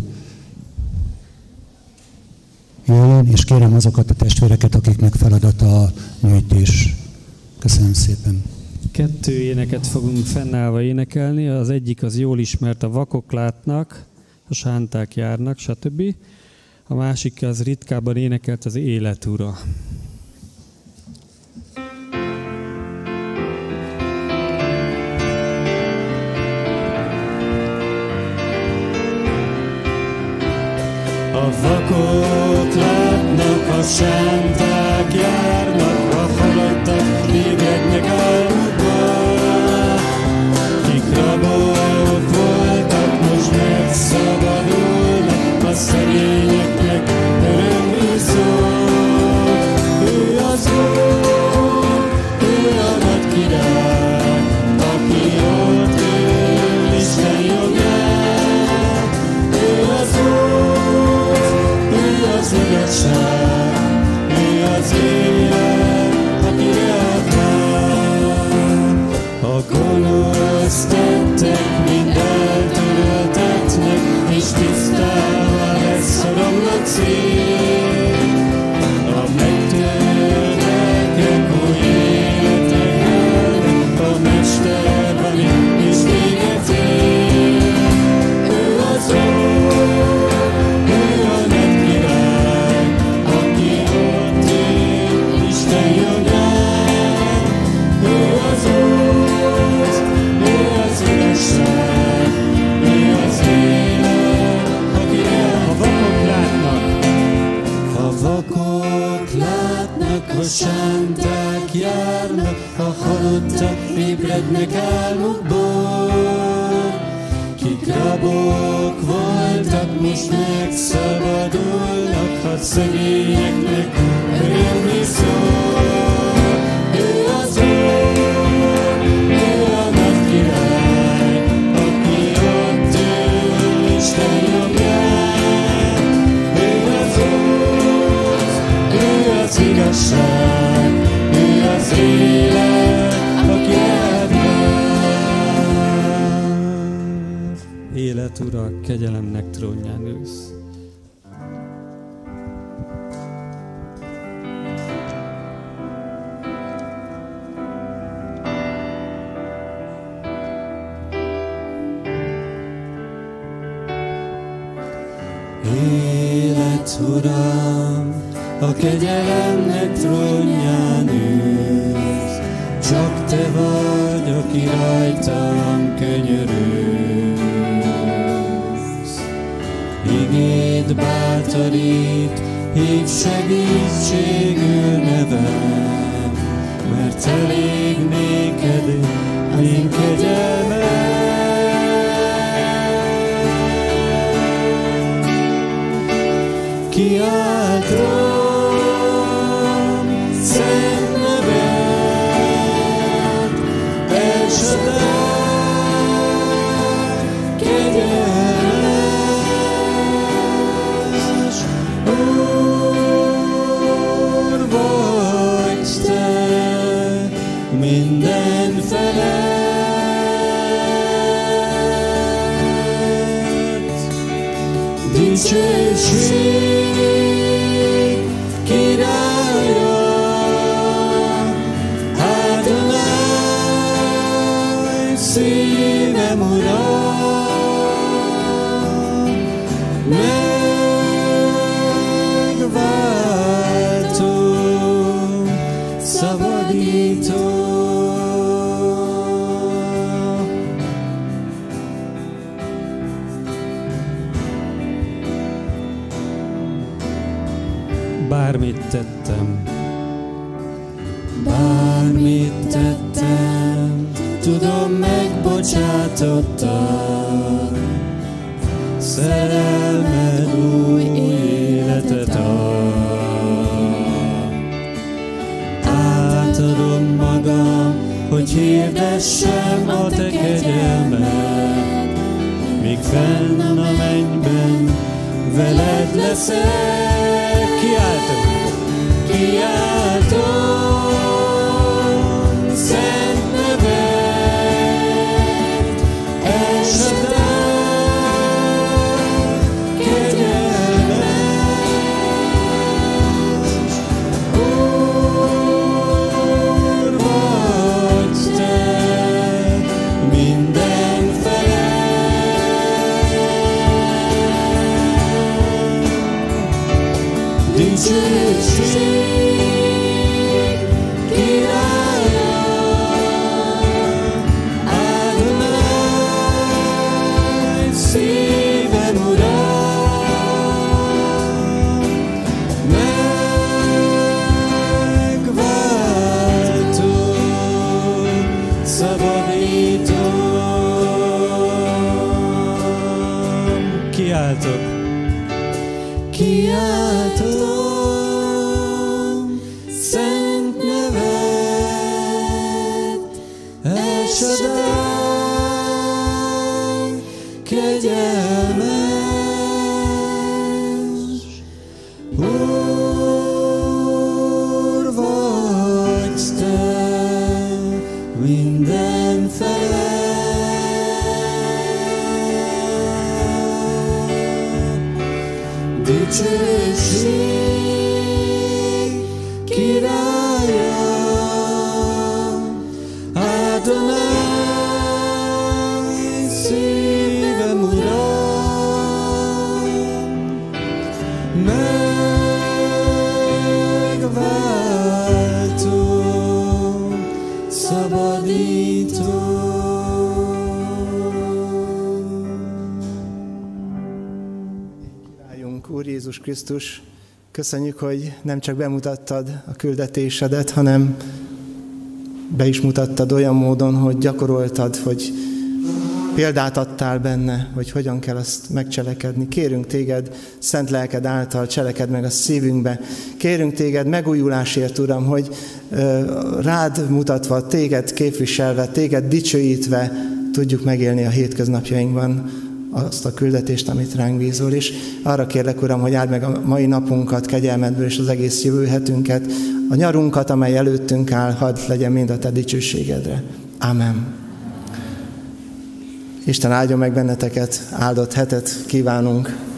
jöjjön, és kérem azokat a testvéreket, akiknek feladata a nyújtés. Köszönöm szépen. Kettő éneket fogunk fennállva énekelni, az egyik az jól ismert, a vakok látnak, a sánták járnak, stb. A másik az ritkábban énekelt, az Élet ura. A vakok látnak, a sánták járnak, a halottak légednek álmukba. Kik rabok voltak, most megszabadulnak, a szerényeknek örömű szól. Ő az Úr, ő a nagy király, aki ott ül Isten jogán. Ő az Úr, az igazság, ő az élet, akire adnám. A gonosz tettek mind eltöröltetnek, és tisztává lesz a romlott szín. A megtörtekek új életek sánták járnak, a halottak ébrednek álmukból. Kik rabok voltak, most megszabadulnak, ha szegényeknek örömni szól. Ő az Úr, ő a nagy király, aki ott ül Isten jobbján. Ő az Úr, ő az igazság, ő az élet, aki elvár. Élet Ura, kegyelemnek trónján ülsz. Élet Uram, a kegyelemnek trónján ülsz, csak Te vagy, aki rajtam könyörülsz. Igéd bátorít, hív segítségül nevem, mert elég néked én kegyelmem. Kiáltom szent neved, El Shaddai, kegyelmes Úr vagy Te minden felett. Dicsőség szívem Uram, megváltó, szabadító. Bármit tettem, bármit tettem, tudom, megbocsátottad, szerelmed új életet ad. Átadom magam, hogy hirdessem a Te kegyelmed, míg fenn a mennyben veled leszek. Kiáltom, kiáltom szent neved, El Shaddai, kegyelmes Úr vagy Te minden felett. Dicsőség királya, Adonai, szívem Uram, megváltó, szabadító. kiáltok, Kiáltom szent neved, El Shaddai, kegyelmes Úr vagy Te minden felett. Dicsőség királya, Adonai, szívem Uram, megváltó, szabadító. Úr Jézus Krisztus, Köszönjük, hogy nem csak bemutattad a küldetésedet, hanem be is mutattad olyan módon, hogy gyakoroltad, hogy példát adtál benne, hogy hogyan kell azt megcselekedni. Kérünk téged, szent lelked által cseleked meg a szívünkbe. Kérünk téged megújulásért, Uram, hogy rád mutatva, téged képviselve, téged dicsőítve tudjuk megélni a hétköznapjainkban azt a küldetést, amit ránk bízol. És arra kérlek, Uram, hogy áld meg a mai napunkat, kegyelmedből és az egész jövő hetünket, a nyarunkat, amely előttünk áll, hadd legyen mind a te dicsőségedre. Amen. Isten áldjon meg benneteket, áldott hetet kívánunk.